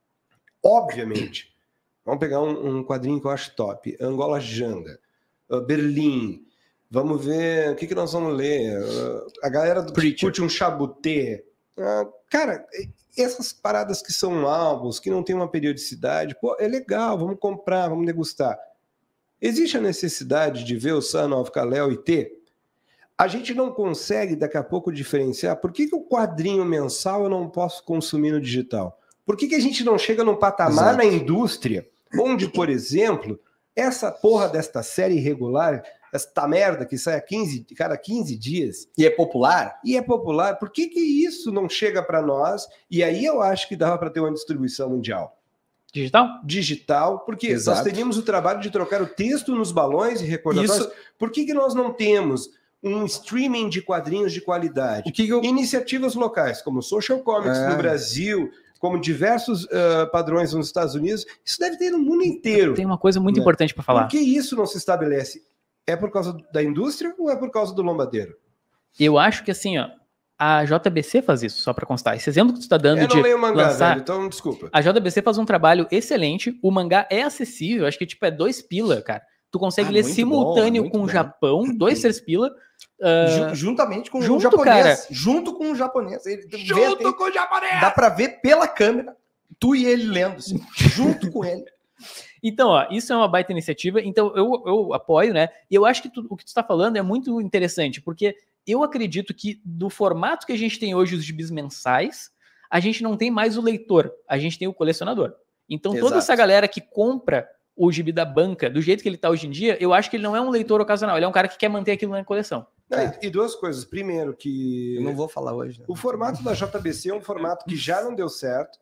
Obviamente, vamos pegar um, um quadrinho que eu acho top, Angola Janga, uh, Berlim, vamos ver, o que, que nós vamos ler? Uh, a galera do, que Preacher. curte um chabutê. Uh, cara, essas paradas que são álbuns, que não tem uma periodicidade, pô, é legal, vamos comprar, vamos degustar. Existe a necessidade de ver o Son of Kal-El e ter? A gente não consegue, daqui a pouco, diferenciar por que, que o quadrinho mensal eu não posso consumir no digital? Por que, que a gente não chega num patamar Exato. na indústria onde, por exemplo, essa porra desta série irregular, esta merda que sai a quinze, cada quinze dias, E é popular? e é popular, por que, que isso não chega para nós? E aí eu acho que dava para ter uma distribuição mundial. Digital? Digital, porque Exato. nós teríamos o trabalho de trocar o texto nos balões e recordatórios. Isso- Por que, que nós não temos um streaming de quadrinhos de qualidade? O que que eu... Iniciativas locais, como Social Comics É. no Brasil, como diversos ah, padrões nos Estados Unidos, isso deve ter no mundo inteiro. Tem uma coisa muito Né? importante pra falar. Por que isso não se estabelece? É por causa da indústria ou é por causa do lombadeiro? Eu acho que assim, ó, a J B C faz isso, só pra constar. Esse exemplo que tu tá dando Eu de não leio mangá, lançar... velho, então desculpa. A J B C faz um trabalho excelente, o mangá é acessível, acho que tipo é dois pila, cara. Tu consegue Ah, ler muito simultâneo bom, muito com o bom. Japão, dois, três pila. ah, Ju- juntamente com junto, o japonês. cara. Junto com o japonês. Ele vê Junto até- com o japonês! Dá pra ver pela câmera, tu e ele lendo, assim, junto com ele. Então, ó, isso é uma baita iniciativa, então eu, eu apoio, né? E eu acho que tu- o que tu está falando é muito interessante, porque eu acredito que do formato que a gente tem hoje, os gibis mensais, a gente não tem mais o leitor, a gente tem o colecionador. Então, toda Exato. essa galera que compra o gibi da banca, do jeito que ele tá hoje em dia, eu acho que ele não é um leitor ocasional, ele é um cara que quer manter aquilo na coleção. Não, e, e duas coisas. Primeiro, que Eu não vou falar hoje. Né? o formato da J B C é um formato que já não deu certo,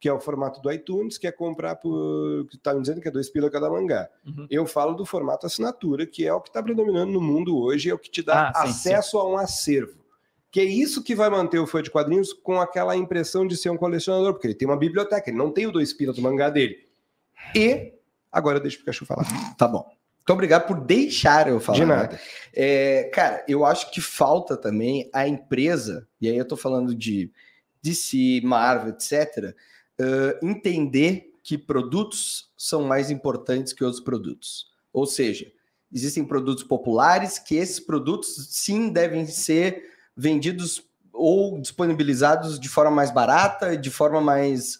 que é o formato do iTunes, que é comprar por... que tá me dizendo que é dois pila cada mangá. Uhum. Eu falo do formato assinatura, que é o que está predominando no mundo hoje, é o que te dá Ah, sim, acesso sim. a um acervo. Que é isso que vai manter o fã de quadrinhos com aquela impressão de ser um colecionador, porque ele tem uma biblioteca, ele não tem o dois pila do mangá dele. E agora deixa o Pikachu falar. Tá bom. Muito obrigado por deixar eu falar. De nada. Né? É, cara, eu acho que falta também a empresa, e aí eu tô falando de D C, Marvel, etcétera, uh, entender que produtos são mais importantes que outros produtos. Ou seja, existem produtos populares que esses produtos sim devem ser vendidos ou disponibilizados de forma mais barata, de forma mais...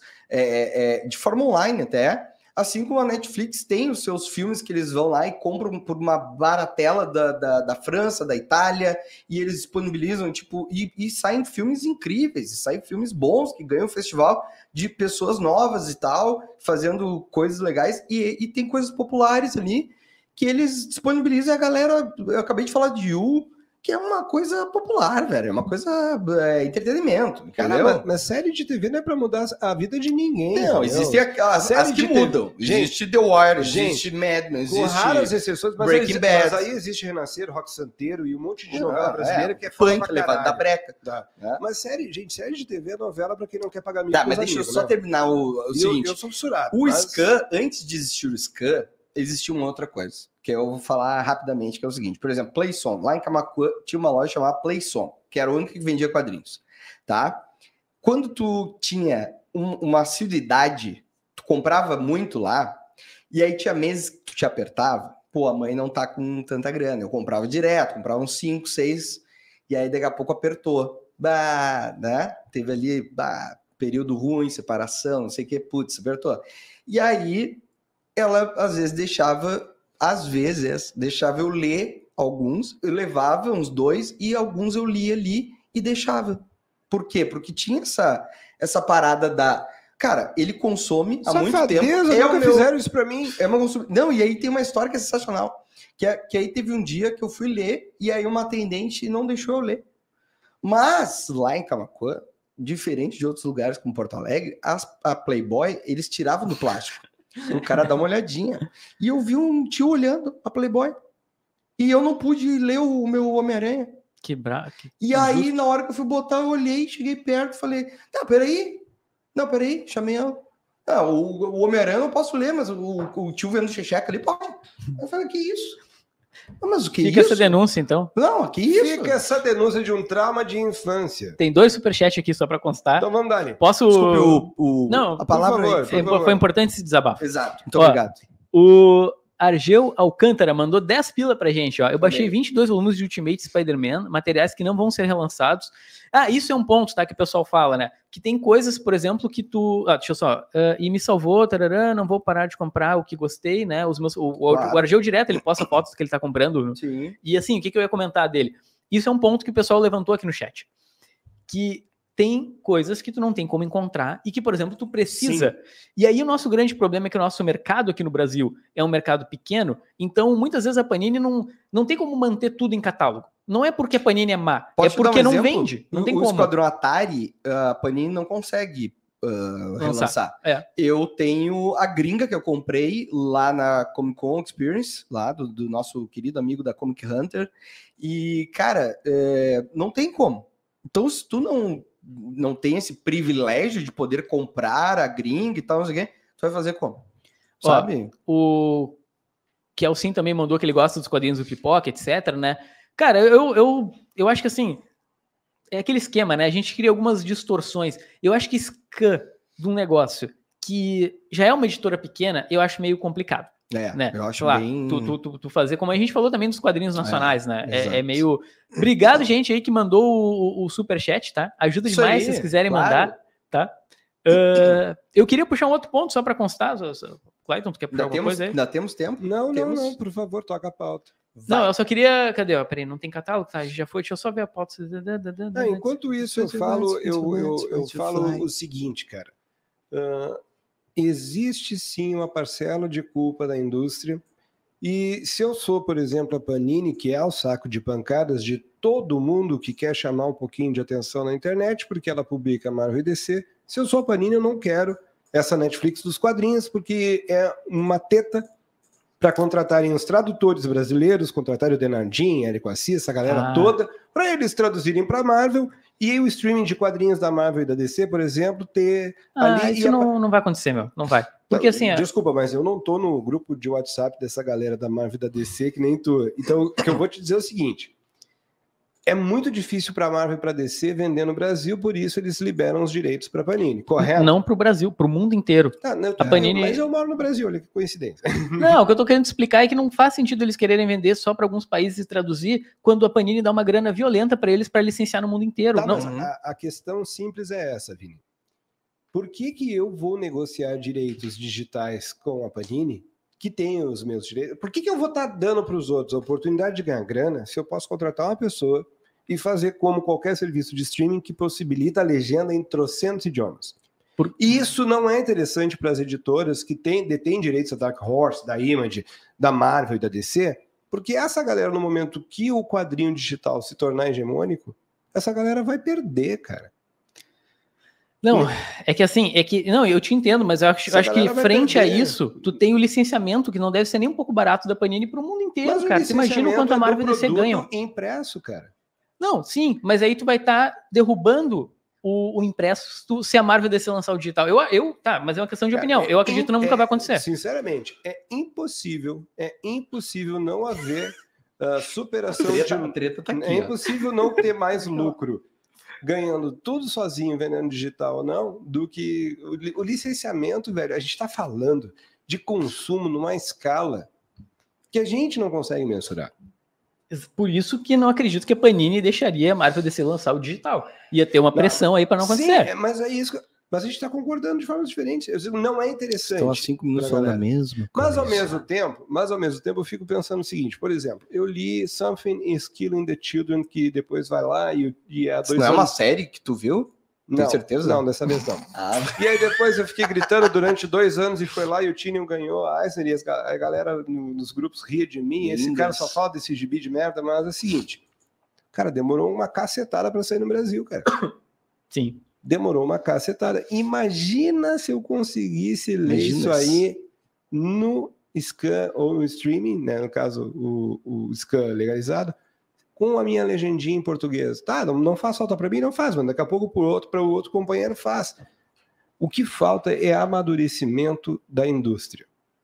É, é, de forma online até, assim como a Netflix tem os seus filmes que eles vão lá e compram por uma baratela da, da, da França, da Itália, e eles disponibilizam, tipo, e, e saem filmes incríveis, e saem filmes bons, que ganham festival de pessoas novas e tal, fazendo coisas legais, e, e tem coisas populares ali, que eles disponibilizam, e a galera, eu acabei de falar de You, que é uma coisa popular, velho, é uma coisa, é, entretenimento, entendeu? Cara, mas, mas série de T V não é pra mudar a vida de ninguém. Não, existem as, as que mudam. T V. Existe The Wire, gente, existe Mad Men, existe... Com raras exceções, mas, Breaking existe, Bad. Mas aí existe Renascer, Rock Santeiro e um monte de novela ah, brasileira é, que é foda punk levado da breca. Tá. É. Mas série, gente, série de T V é novela pra quem não quer pagar mil. Tá, mas deixa amigos, eu só né? terminar o, o seguinte. Eu, eu sou fissurado. O mas... Scan, antes de existir o Scan, existia uma outra coisa, que eu vou falar rapidamente, que é o seguinte. Por exemplo, Playson. Lá em Camacuã tinha uma loja chamada Playson, que era a única que vendia quadrinhos, tá? Quando tu tinha um, uma assiduidade, tu comprava muito lá, e aí tinha meses que tu te apertava, pô, a mãe não tá com tanta grana. Eu comprava direto, comprava uns cinco, seis, e aí daqui a pouco apertou. Bah, né? Teve ali, bah, período ruim, separação, não sei o que, putz, apertou. E aí ela às vezes deixava, às vezes, deixava eu ler alguns, eu levava uns dois e alguns eu lia ali e deixava. Por quê? Porque tinha essa, essa parada da... Cara, ele consome há muito tempo. É nunca meu... fizeram isso pra mim. É uma consum... Não, e aí tem uma história que é sensacional. Que, é, que aí teve um dia que eu fui ler e aí uma atendente não deixou eu ler. Mas lá em Camaquã, diferente de outros lugares como Porto Alegre, as, a Playboy, eles tiravam do plástico. O cara dá uma olhadinha. E eu vi um tio olhando a Playboy. E eu não pude ler o meu Homem-Aranha. Que bravo. Que... E aí, justo. Na hora que eu fui botar, eu olhei, cheguei perto e falei, não, peraí. Não, peraí, chamei ela. Ah, o, o Homem-Aranha eu não posso ler, mas o, o tio vendo o Checheca ali pode. Eu falei, que isso? Mas o que Fica isso? essa denúncia, então. Não, que isso? Fica essa denúncia de um trauma de infância. Tem dois superchats aqui só pra constar. Então vamos dar ali. Posso... Desculpe, o, o, não, a palavra por favor, aí. por foi, foi importante esse desabafo. Exato, muito Ó, obrigado. O Argeu Alcântara mandou dez pila pra gente, ó. Eu baixei vinte e dois volumes de Ultimate Spider-Man, materiais que não vão ser relançados. Ah, isso é um ponto, tá, que o pessoal fala, né? Que tem coisas, por exemplo, que tu... Ah, deixa eu só... Uh, e me salvou, tarará, não vou parar de comprar o que gostei, né? Os meus, o, claro. o Argeu direto, ele posta fotos que ele tá comprando. Sim. E assim, o que, que eu ia comentar dele? Isso é um ponto que o pessoal levantou aqui no chat. Que... tem coisas que tu não tem como encontrar e que, por exemplo, tu precisa. Sim. E aí o nosso grande problema é que o nosso mercado aqui no Brasil é um mercado pequeno, então muitas vezes a Panini não, não tem como manter tudo em catálogo. Não é porque a Panini é má, Pode é porque um não exemplo? vende. Não o, tem o como. O Esquadrão Atari, a Panini não consegue uh, relançar. É. Eu tenho a gringa que eu comprei lá na Comic Con Experience, lá do, do nosso querido amigo da Comic Hunter, e, cara, é, não tem como. Então, se tu não... não tem esse privilégio de poder comprar a gringa e tal, não sei o quê, tu vai fazer como? Sabe? Ó, o Kelsin também mandou que ele gosta dos quadrinhos do Pipoca, etc, né? Cara, eu, eu, eu acho que assim, é aquele esquema, né? A gente cria algumas distorções. Eu acho que scan de um negócio que já é uma editora pequena, eu acho meio complicado. É, né? eu acho lá, bem... Tu, tu, tu, tu fazer, como a gente falou também dos quadrinhos nacionais, é, né? É, é meio... Obrigado, gente, aí que mandou o, o superchat, tá? Ajuda Isso demais aí, se vocês quiserem claro. mandar, tá? Uh, eu queria puxar um outro ponto só para constar. Clayton, tu quer puxar ainda alguma temos, coisa aí? Ainda temos tempo? Não, temos... não, não, por favor, toca a pauta. Vai. Não, eu só queria... Cadê? Ó, peraí, não tem catálogo? Tá, já foi, deixa eu só ver a pauta. Ah, enquanto isso, eu falo, eu, eu, eu falo o seguinte, cara. Uh, existe sim uma parcela de culpa da indústria. E se eu sou, por exemplo, a Panini, que é o saco de pancadas de todo mundo que quer chamar um pouquinho de atenção na internet, porque ela publica Marvel e D C, se eu sou a Panini, eu não quero essa Netflix dos quadrinhos, porque é uma teta para contratarem os tradutores brasileiros, contratarem o Denardim, Érico Assis, essa galera Ah. toda, para eles traduzirem para Marvel, e o streaming de quadrinhos da Marvel e da D C, por exemplo, ter Ah, ali... isso e a- não, não vai acontecer, meu. Não vai. Porque assim, é- Desculpa, mas eu não tô no grupo de WhatsApp dessa galera da Marvel e da D C, que nem tu. Então, o que eu vou te dizer é o seguinte, é muito difícil para a Marvel e para a D C vender no Brasil, por isso eles liberam os direitos para Panini, correto? não pro Brasil, pro mundo inteiro. Ah, não, A Panini- Mas eu moro no Brasil, olha que coincidência. Não, o que eu tô querendo explicar é que não faz sentido eles quererem vender só para alguns países e traduzir quando a Panini dá uma grana violenta para eles para licenciar no mundo inteiro. Tá, não, mas a, a questão simples é essa, Vini. Por que que eu vou negociar direitos digitais com a Panini, que tem os meus direitos? Por que que eu vou estar dando para os outros a oportunidade de ganhar grana se eu posso contratar uma pessoa e fazer como qualquer serviço de streaming que possibilita a legenda em trocentos idiomas? Por- E isso não é interessante para as editoras que têm, detêm direitos da Dark Horse, da Image, da Marvel e da D C, porque essa galera, no momento que o quadrinho digital se tornar hegemônico, essa galera vai perder, cara. Não, é que assim, é que. Não, eu te entendo, mas eu acho, Essa eu acho que galera vai frente a perder. isso, tu tem o licenciamento, que não deve ser nem um pouco barato da Panini pro mundo inteiro, Mas o cara. Você imagina o quanto a licenciamento é Marvel do e D C produto ganham. impresso, cara. Não, sim, mas aí tu vai estar derrubando o, o impresso se, tu- se a Marvel e D C lançar o digital. Eu, eu, tá, mas é uma questão de opinião. Cara, Eu é acredito que im- nunca é- vai acontecer. Sinceramente, é impossível, é impossível não haver ah, superação de... Treta, a treta tá aqui, É ó. impossível não ter mais lucro ganhando tudo sozinho, vendendo digital ou não, do que o, li- o licenciamento, velho. A gente está falando de consumo numa escala que a gente não consegue mensurar. Por isso que não acredito que a Panini deixaria a Marvel e D C lançar o digital. Ia ter uma pressão aí para não Sim, acontecer. é, mas é isso. que- Mas a gente está concordando de formas diferentes. Eu digo, não é interessante. Estão há cinco minutos pra falando a galera. mesma Mas ao coisa. mesmo tempo, mas ao mesmo tempo eu fico pensando o seguinte, por exemplo, eu li Something is Killing the Children, que depois vai lá e, e há Isso dois não é anos... uma série que tu viu? Não, tem certeza? Não, dessa vez não. Ah, E aí depois eu fiquei gritando durante dois anos e foi lá e o Tinion ganhou a Eisner e as ga- a galera no- nos grupos ria de mim, esse Lindas. cara só fala desse gibi de merda, mas é o seguinte, cara, demorou uma cacetada para sair no Brasil, cara. Sim. Demorou uma cacetada. Imagina se eu conseguisse ler Imagina isso isso. aí no scan ou no streaming, né? No caso, o, o scan legalizado, com a minha legendinha em português. Tá, não, não faz falta para mim, não faz, mas daqui a pouco para o outro, para o outro companheiro faz. O que falta é amadurecimento da indústria.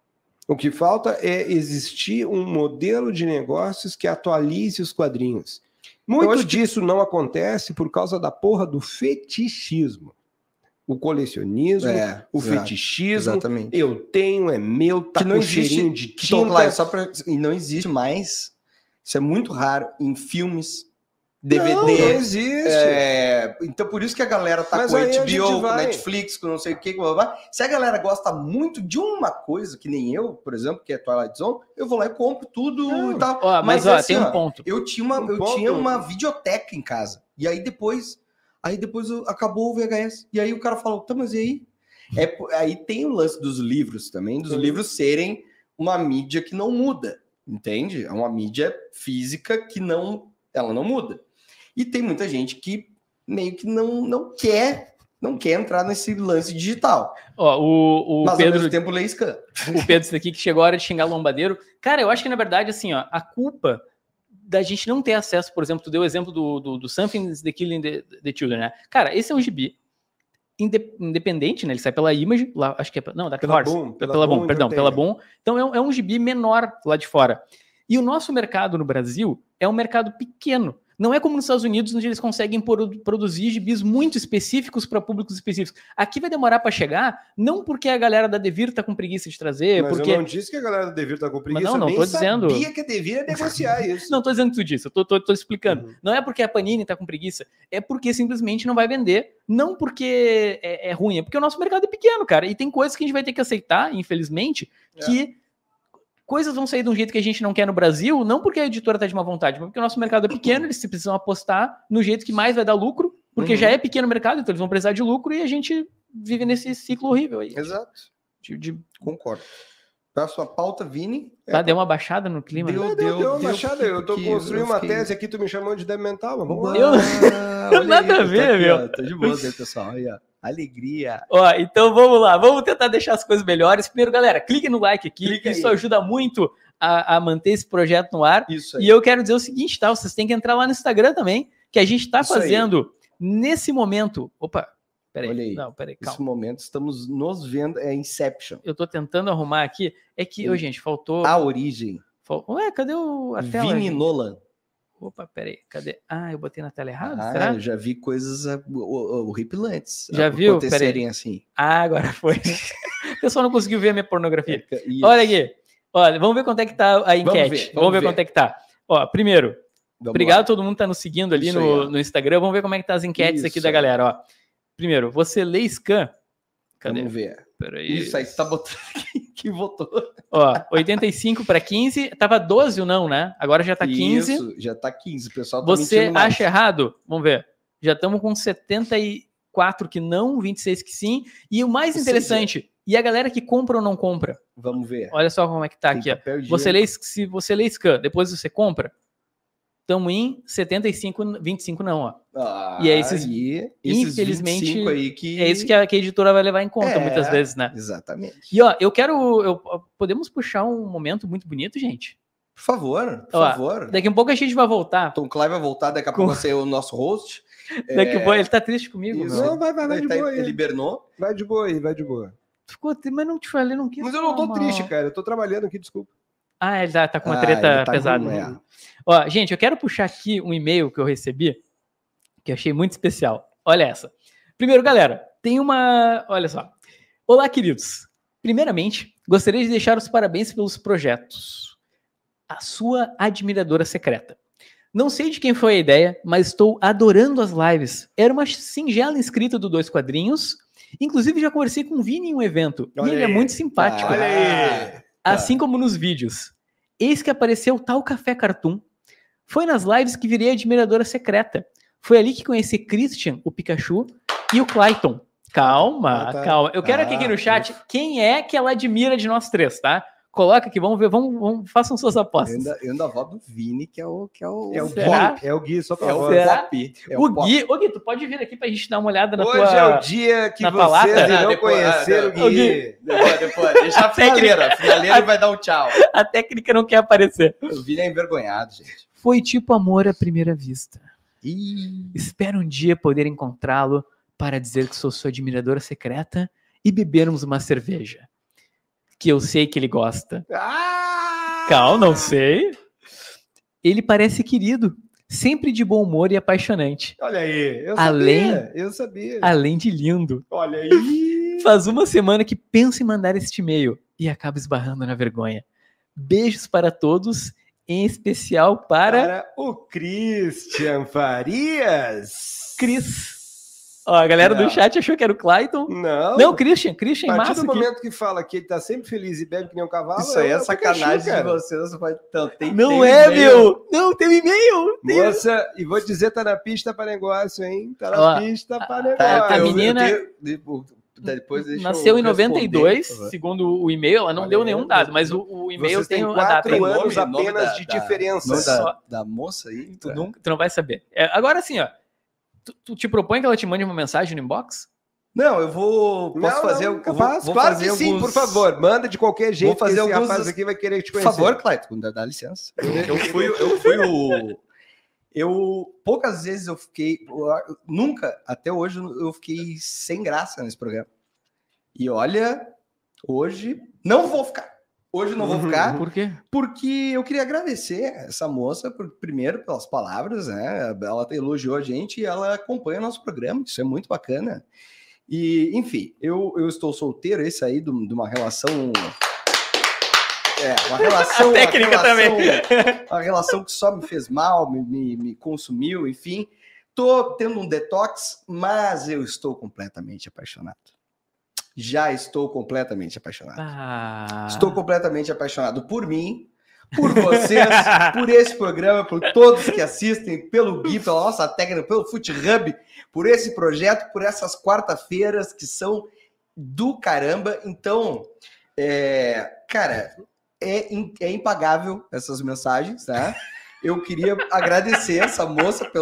O que falta é existir um modelo de negócios que atualize os quadrinhos. Muito acho que- disso não acontece por causa da porra do fetichismo. O colecionismo, É, o exato, fetichismo, exatamente. eu tenho, é meu, tá Que não com existe- cheirinho de Que, então, tinta. claro, só pra, e não existe mais. Isso é muito raro em filmes, D V D. Não, não existe. É, então, por isso que a galera tá Mas com aí a H B gente O, com vai- Netflix, com não sei o que, blá, blá, blá. Se a galera gosta muito de uma coisa, que nem eu, por exemplo, que é Twilight Zone, eu vou lá e compro tudo Não. e tal. Ó, mas, Mas, ó, assim, tem um ó, ponto. Eu tinha uma, Um eu ponto. tinha uma videoteca em casa. E aí depois, aí depois eu- acabou o V H S. E aí o cara falou, tá, mas e aí? É, po- aí tem o lance dos livros também, dos Sim. livros serem uma mídia que não muda, entende? É uma mídia física que não, ela não muda. E tem muita gente que meio que não, não quer, não quer entrar nesse lance digital. Ó, o, o mas ao Pedro, mesmo tempo lê scan. o Pedro disse aqui que chegou a hora de xingar lombadeiro. Cara, eu acho que na verdade, assim, ó, a culpa da gente não ter acesso, por exemplo, tu deu o exemplo do, do, do Something is the Killing the, the Children, né? Cara, esse é um gibi inde- independente, né? Ele sai pela Image, lá, acho que é, não, da Pela Horse, Boom, pela, pela Boom, Boom perdão, pela Entertainment. Boom. Então é um, é um gibi menor lá de fora. E o nosso mercado no Brasil é um mercado pequeno. Não é como nos Estados Unidos, onde eles conseguem produ- produzir gibis muito específicos para públicos específicos. Aqui vai demorar para chegar, não porque a galera da Devir tá com preguiça de trazer, Mas porque... eu não disse que a galera da Devir tá com preguiça, não, não nem tô dizendo. sabia que a Devir ia negociar isso. Não tô dizendo tudo isso, eu tô, tô, tô explicando. Uhum. Não é porque a Panini tá com preguiça, é porque simplesmente não vai vender. Não porque é, é ruim, é porque o nosso mercado é pequeno, cara. E tem coisas que a gente vai ter que aceitar, infelizmente, É. que coisas vão sair de um jeito que a gente não quer no Brasil, não porque a editora tá de má vontade, mas porque o nosso mercado é pequeno, eles precisam apostar no jeito que mais vai dar lucro, porque Uhum. já é pequeno o mercado, então eles vão precisar de lucro e a gente vive nesse ciclo horrível aí. Exato. De, de- Concordo. Próxima pauta, Vini. tá, deu uma baixada no clima. Deu- né? Deu, deu, deu uma deu, machada. Eu tô porque construindo eu uma fiquei- tese aqui, tu me chamou de demental, mas vamos lá. Eu- Ah, olha Nada a tá ver, aqui, meu. ó, Tô de boa aí, pessoal. Aí, ó. Alegria. Ó, então vamos lá, vamos tentar deixar as coisas melhores. Primeiro, galera, clique no like aqui, Clica isso aí. ajuda muito a, a manter esse projeto no ar. Isso aí. E eu quero dizer o seguinte, tá? Vocês têm que entrar lá no Instagram também, que a gente tá Isso aí. fazendo nesse momento. Opa, peraí. Olha aí. Não, peraí, Nesse calma. momento estamos nos vendo, é Inception. Eu tô tentando arrumar aqui. É que, ô, gente, faltou. A origem. fal- Ué, cadê o, a tela? Vini gente? Nolan. Opa, peraí, cadê? Ah, eu botei na tela errada, Ah, será? eu já vi coisas ah, o- o- horripilantes Já viu? acontecerem assim. Ah, agora foi. O pessoal não conseguiu ver a minha pornografia. Isso. Olha aqui. Olha, vamos ver quanto é que tá a enquete. Vamos ver, ver, vamos ver. quanto é que tá. Ó, primeiro, Vamos obrigado lá. a todo mundo que tá nos seguindo ali Isso no, aí, ó. no Instagram. Vamos ver como é que tá as enquetes aqui Isso da aí. galera, ó. Primeiro, você lê Scan. Cadê? Vamos ver. Peraí. Isso aí, tá botando quem que votou. Ó, oitenta e cinco para quinze. Tava doze o não, né? Agora já tá quinze. Isso, já tá quinze. O pessoal tá Você mentindo mais. acha errado? Vamos ver. Já estamos com setenta e quatro que não, vinte e seis que sim. E o mais Ou interessante, e a galera que compra ou não compra? Vamos ver. Olha só como é que tá Tem aqui, ó. papel Você higiênico. lê, se você lê Scan, depois você compra, estamos em setenta e cinco, vinte e cinco não, ó. Ah, E é esses- aí, esses infelizmente, vinte e cinco aí que... É isso que a, que a editora vai levar em conta É. muitas vezes, né? Exatamente. E ó, eu quero. Eu, podemos puxar um momento muito bonito, gente? Por favor, por Ó, favor. Daqui a pouco a gente vai voltar. Tom Clay vai voltar, daqui a Com- pouco vai ser o nosso host. Daqui a É, pouco ele tá triste comigo, isso. meu. Não, vai, vai, vai ele, de tá- boa aí. ele hibernou. Vai de boa aí, vai de boa. Ficou, mas não te falei, não quis. Mas eu não tô falar triste, mal. cara. Eu tô trabalhando aqui, desculpa. Ah, ele tá, tá com uma Ah, treta ele tá pesada. com- né? é. Ó, gente, eu quero puxar aqui um e-mail que eu recebi, que eu achei muito especial. Olha essa. Primeiro, galera, tem uma. Olha só. Olá, queridos. Primeiramente, gostaria de deixar os parabéns pelos projetos. A sua admiradora secreta. Não sei de quem foi a ideia, mas estou adorando as lives. Era uma singela inscrita do Dois Quadrinhos. Inclusive, já conversei com o Vini em um evento. Olha e ele é aí. muito simpático. Ah, Olha aí. Assim como nos vídeos. Eis que apareceu o tal Café Cartoon. Foi nas lives que virei admiradora secreta. Foi ali que conheci Christian, o Pikachu, e o Clayton. Calma, Ah, tá. calma. Eu quero aqui, aqui no chat quem é que ela admira de nós três, tá? Coloca aqui, vamos ver, vamos, vamos façam suas Eu apostas. ainda, eu ainda voto do Vini, que é o que é o, É o Será? Gui, é o Gui, só pra é o voz. Será? pop. É o pop. Gui, ô Gui, tu pode vir aqui pra gente dar uma olhada na Hoje tua... é o dia que na vocês palata? irão Ah, depois- conhecer ah, o não. Gui. Depois, depois, deixa a finaleira. A finaleira e vai dar um tchau. A técnica não quer aparecer. O Vini é envergonhado, gente. Foi tipo amor à primeira vista. Ih, Espero um dia poder encontrá-lo para dizer que sou sua admiradora secreta e bebermos uma cerveja. Que eu sei que ele gosta. Ah! Calma, não sei. Ele parece querido, sempre de bom humor e apaixonante, Olha aí, eu Além- sabia, eu sabia. além de lindo. Olha aí. Faz uma semana que penso em mandar este e-mail e acabo esbarrando na vergonha. Beijos para todos, em especial para Para o Christian Farias. Cris. Ó, a galera Não. do chat achou que era o Clayton. Não. Não, Christian, Christian a é partir massa do aqui. momento que fala que ele tá sempre feliz e bebe que nem um cavalo. isso aí é o Pikachu, sacanagem de cara. vocês. Vai... Não, tem, Não tem é, e-mail. meu! Não, tem um e-mail! Tem- Moça, e vou dizer, tá na pista pra negócio, hein? Tá na Ó, pista pra a- negócio. a eu- eu menina- tenho- depo- depois deixa eu Nasceu em noventa e dois, responder. segundo o e-mail. Ela não Olha deu aí, nenhum dado, mas o, o e-mail Vocês tem têm a data. quatro aí. Nome- anos nome apenas da- de da- diferença. nome da, Só- da moça aí? Tu, nunca, tu não vai saber. É, agora sim, ó. Tu, tu te propõe que ela te mande uma mensagem no inbox? Não, eu vou. Posso Não, fazer. não, eu vou- capaz, vou claro fazer que sim, alguns- por favor. Manda de qualquer jeito, fazer que esse alguns- rapaz aqui vai querer te Por conhecer. favor, Clayton, dá, dá licença. Eu fui, eu fui o. Eu poucas vezes eu fiquei, eu- nunca até hoje eu fiquei sem graça nesse programa. E olha, hoje não vou ficar. Hoje não vou Uhum. ficar Por quê? porque eu queria agradecer essa moça por, primeiro pelas palavras, né? Ela elogiou a gente e ela acompanha o nosso programa. Isso é muito bacana. E enfim, eu, eu estou solteiro, esse aí de um- de uma relação. É, uma relação. A técnica uma relação, também. uma relação que só me fez mal, me, me, me consumiu, enfim. Tô tendo um detox, mas eu estou completamente apaixonado. Já estou completamente apaixonado. Ah. Estou completamente apaixonado por mim, por vocês, por esse programa, por todos que assistem, pelo Gui, pela nossa técnica, pelo Fute Hub, por esse projeto, por essas quarta-feiras que são do caramba. Então, é, cara, é, in- é impagável essas mensagens, tá? Eu queria agradecer essa moça pela,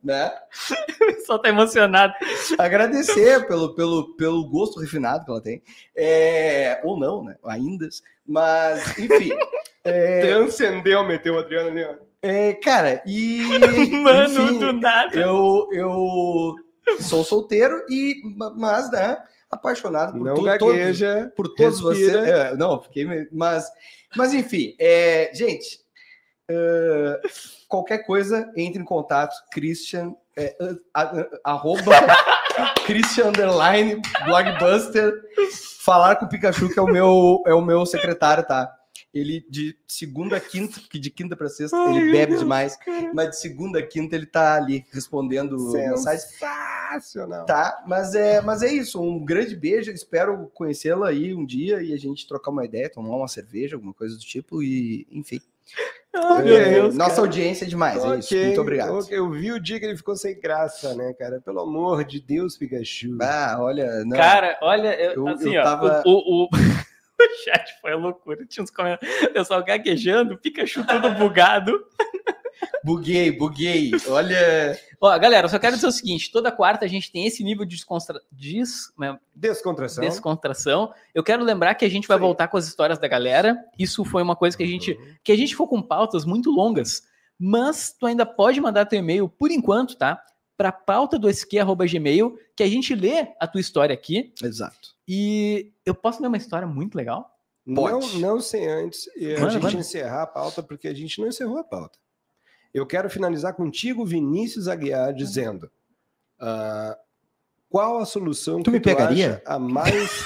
né? O pessoal tá emocionado. Agradecer pelo, pelo, pelo gosto refinado que ela tem. É, ou não, né? Ainda. Mas, enfim. É, Transcendeu, meteu o Adriano ali, ó. é, cara, e. Mano, enfim, do nada. Eu, eu sou solteiro, e, mas, né? Apaixonado por Não tu- gagueja, todos, por todos vocês. respira. É, não, fiquei. meio- Mas, mas enfim, é, gente. é, qualquer coisa, entre em contato. Christian. É, a- a- arroba Christian underline Blockbuster. Falar com o Pikachu, que é o meu, é o meu secretário, tá? Ele de segunda a quinta, que de quinta para sexta Ai, ele meu bebe Deus, demais, mas de segunda a quinta ele tá ali respondendo mensagens. Sensacional. Tá, mas é, mas é isso. Um grande beijo. Espero conhecê-la aí um dia e a gente trocar uma ideia, tomar uma cerveja, alguma coisa do tipo. E, enfim. Ai, É, meu Deus, nossa cara. audiência é demais. É isso. Ok, Muito obrigado. ok. Eu vi o dia que ele ficou sem graça, né, cara? Pelo amor de Deus, Pikachu. Ah, olha. Não. Cara, olha, eu, Eu- assim, eu ó, tava- o, o, o- o chat foi a loucura. Tinha uns comentários, o pessoal gaguejando, Pikachu todo bugado. Buguei, buguei. Olha. Ó, galera, eu só quero dizer o seguinte, toda quarta a gente tem esse nível de desconstra... des... né, Descontração. descontração. Eu quero lembrar que a gente vai Sim. voltar com as histórias da galera. Isso foi uma coisa que a gente, que a gente ficou com pautas muito longas, mas tu ainda pode mandar teu e-mail por enquanto, tá? Para pauta do esque arroba gmail, que a gente lê a tua história aqui. Exato. E eu posso ler uma história muito legal? Não, Pode. não sem antes e a Manda, gente manda. encerrar a pauta, porque a gente não encerrou a pauta. Eu quero finalizar contigo, Vinícius Aguiar, dizendo ah, qual a solução Tu me pegaria? acha a mais...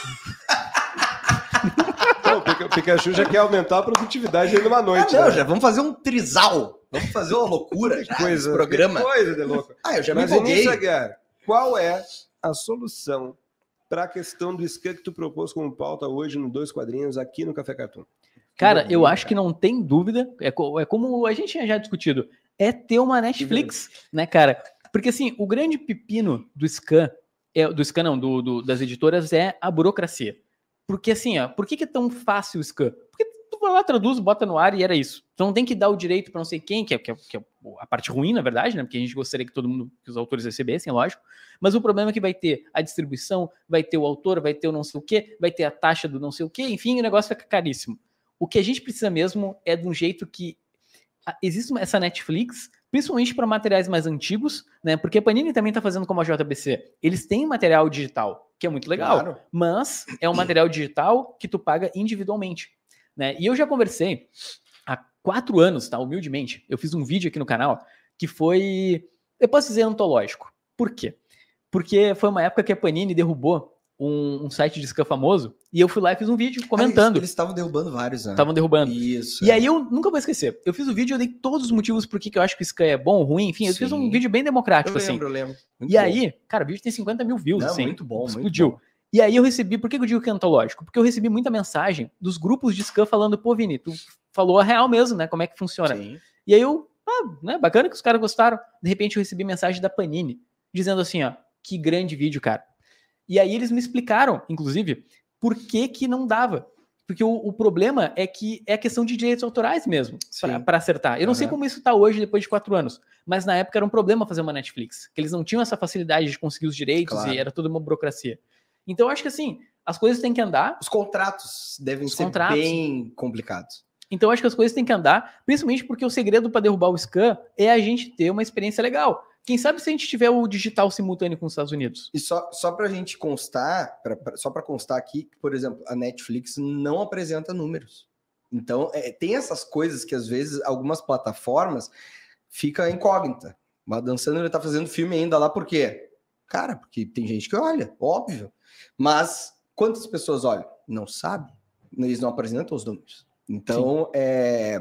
Não, o Pika- o Pikachu já quer aumentar a produtividade dele numa Ah, noite. não, né? já vamos fazer um trisal. Vamos fazer uma loucura já coisa, nesse programa. que coisa de louco. Ah, eu já me Mas, Vinícius empolguei. Aguiar, qual é a solução para a questão do Scan que tu propôs como pauta hoje no Dois Quadrinhos aqui no Café Cartoon? Cara, Que eu vergonha, acho que não tem dúvida, é, co- é como a gente tinha já discutido, é ter uma Netflix, né, cara? Porque, assim, o grande pepino do Scan, é, do Scan não, do, do- das editoras, é a burocracia. Porque, assim, ó, por que, que é tão fácil o Scan? Porque tu vai lá, traduz, bota no ar e era isso. Tu não tem que dar o direito para não sei quem, que é, que, é, que é a parte ruim, na verdade, né? Porque a gente gostaria que todo mundo, que os autores recebessem, lógico. Mas o problema é que vai ter a distribuição, vai ter o autor, vai ter o não sei o quê, vai ter a taxa do não sei o quê, enfim, o negócio fica caríssimo. O que a gente precisa mesmo é de um jeito que a- existe uma- essa Netflix, principalmente para materiais mais antigos, né? Porque a Panini também está fazendo como a J B C. Eles têm material digital, que é muito legal, Claro. mas é um material digital que tu paga individualmente, né? E eu já conversei há quatro anos, tá? Humildemente, eu fiz um vídeo aqui no canal que foi, eu posso dizer, antológico. Por quê? Porque foi uma época que a Panini derrubou um, um site de scan famoso e eu fui lá e fiz um vídeo comentando. Ah, eles estavam derrubando vários, né? Estavam derrubando. Isso. E aí eu nunca vou esquecer. Eu fiz o vídeo, eu dei todos os motivos por que que eu acho que o Scan é bom ou ruim. Enfim, eu fiz um Sim. vídeo bem eu democrático, assim. lembro, eu lembro. Muito E bom. aí, cara, o vídeo tem cinquenta mil views, Não, assim. muito bom, muito Explodiu. bom. E aí eu recebi, por que que eu digo que é antológico? Porque eu recebi muita mensagem dos grupos de Scan falando, pô, Vini, tu falou a real mesmo, né? Como é que funciona. Sim. E aí eu, ah, né, bacana que os caras gostaram. De repente eu recebi mensagem da Panini, dizendo assim, ó, que grande vídeo, cara. E aí eles me explicaram, inclusive, por que que não dava. Porque o, o problema é que é a questão de direitos autorais mesmo, Sim. para acertar. Eu não sei Aham. como isso tá hoje, depois de quatro anos. Mas na época era um problema fazer uma Netflix. Que eles não tinham essa facilidade de conseguir os direitos Claro. e era toda uma burocracia. Então eu acho que assim, as coisas têm que andar. Os contratos devem Os ser contratos. bem complicados. Então eu acho que as coisas têm que andar, principalmente porque o segredo para derrubar o Scan é a gente ter uma experiência legal. Quem sabe se a gente tiver o digital simultâneo com os Estados Unidos? E só, só para a gente constar, pra, pra- só para constar aqui, que, por exemplo, a Netflix não apresenta números. Então, é, tem essas coisas que, às vezes, algumas plataformas fica incógnita. O Adam Sandler tá fazendo filme ainda lá, por quê? Cara, porque tem gente que olha, óbvio. Mas quantas pessoas olham? Não sabe. Eles não apresentam os números. Então, é,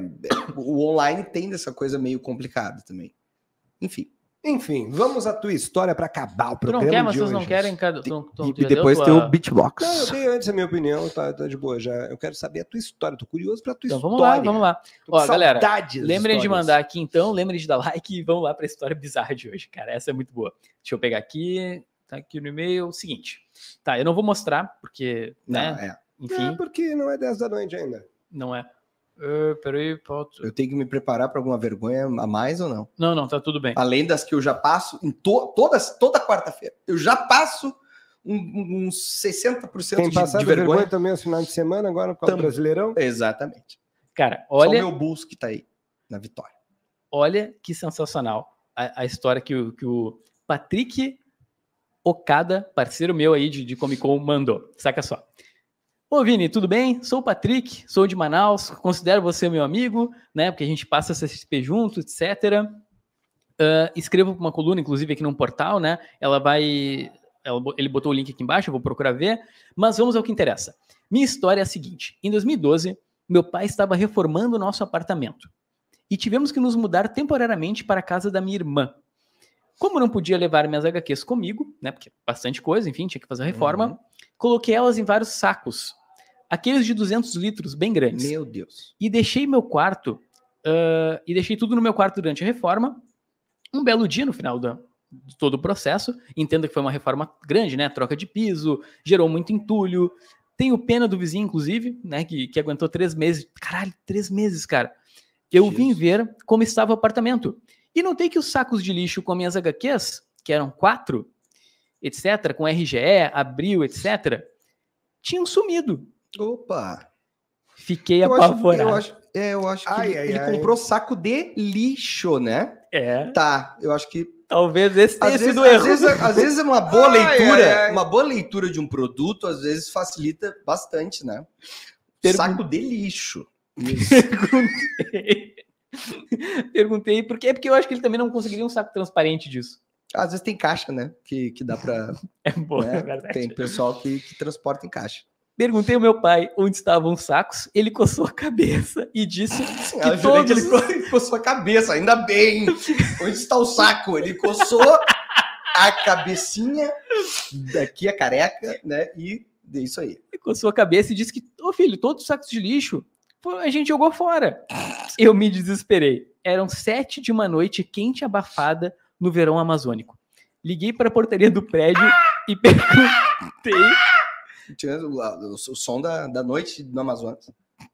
o online tem dessa coisa meio complicada também. Enfim. Enfim, vamos à tua história para acabar o Tu não programa quer, mas de vocês hoje. não querem? Cada... tu- tu- E, tu já e depois deu tem tua- o Beatbox. Não, eu dei antes a minha opinião, tá, tá de boa já. Eu quero saber a tua história, tô curioso pra tua Então história. vamos lá, vamos lá. Tô com Ó, galera, saudades das lembrem de histórias. mandar aqui então, lembrem de dar like e vamos lá para a história bizarra de hoje, cara. Essa é muito boa. Deixa eu pegar aqui, tá aqui no e-mail. Seguinte, tá, eu não vou mostrar, porque, Não, né, é. enfim, É porque não é dez da noite ainda. não é. Uh, peraí, pauta. Eu tenho que me preparar para alguma vergonha a mais ou não? Não, não, tá tudo bem. Além das que eu já passo em to todas, toda quarta-feira. Eu já passo uns um, um sessenta por cento Tem de, passado de vergonha. vergonha também esse final de semana, agora com o Tam- Brasileirão. Exatamente. Cara, Olha... olha... Só o meu bolso que tá aí, na vitória. Olha que sensacional a, a história que o, que o Patrick Okada, parceiro meu aí de, de Comic Con, mandou. Saca só. Ô, Vini, tudo bem? Sou o Patrick, sou de Manaus, considero você meu amigo, né? Porque a gente passa C S P junto, etcétera. Uh, escrevo uma coluna, inclusive, aqui num portal, né? Ela vai... Ela, ele botou o link aqui embaixo, eu vou procurar ver. Mas vamos ao que interessa. Minha história é a seguinte. Em dois mil e doze, meu pai estava reformando o nosso apartamento. E tivemos que nos mudar temporariamente para a casa da minha irmã. Como não podia levar minhas agá quês comigo, né? Porque bastante coisa, enfim, tinha que fazer a reforma. Uhum. Coloquei elas em vários sacos. Aqueles de duzentos litros, bem grandes. Meu Deus. E deixei meu quarto, uh, e deixei tudo no meu quarto durante a reforma. Um belo dia, no final da, de todo o processo, entenda que foi uma reforma grande, né? Troca de piso, gerou muito entulho. Tenho pena do vizinho, inclusive, né? Que, que aguentou três meses. Caralho, três meses, cara. Eu Jesus. Vim ver como estava o apartamento. E notei que os sacos de lixo com minhas agá quês, que eram quatro, etcétera, com R G E, Abril, etcétera, tinham sumido. Opa! Fiquei eu apavorado. Acho, eu acho, é, eu acho ai, que ai, ele, ai. ele comprou saco de lixo, né? É. Tá, eu acho que... Talvez esse tenha às vezes, sido erro. Às vezes, às vezes uma boa ai, leitura, ai, ai. uma boa leitura de um produto, às vezes facilita bastante, né? Pergun- Saco de lixo. Perguntei. Perguntei, porque é porque eu acho que ele também não conseguiria um saco transparente disso. Às vezes tem caixa, né? Que, que dá pra... É boa, né? é verdade. Tem pessoal que, que transporta em caixa. Perguntei ao meu pai onde estavam os sacos, ele coçou a cabeça e disse que Ah, todos... ele, co- ele coçou a cabeça, ainda bem. Onde está o saco? Ele coçou a cabecinha, daqui a careca, né? E é isso aí. Ele coçou a cabeça e disse que, ô filho, todos os sacos de lixo pô, a gente jogou fora. Eu me desesperei. Eram sete de uma noite quente e abafada no verão amazônico. Liguei para a portaria do prédio e perguntei... Tinha o, o, o som da, da noite no Amazonas.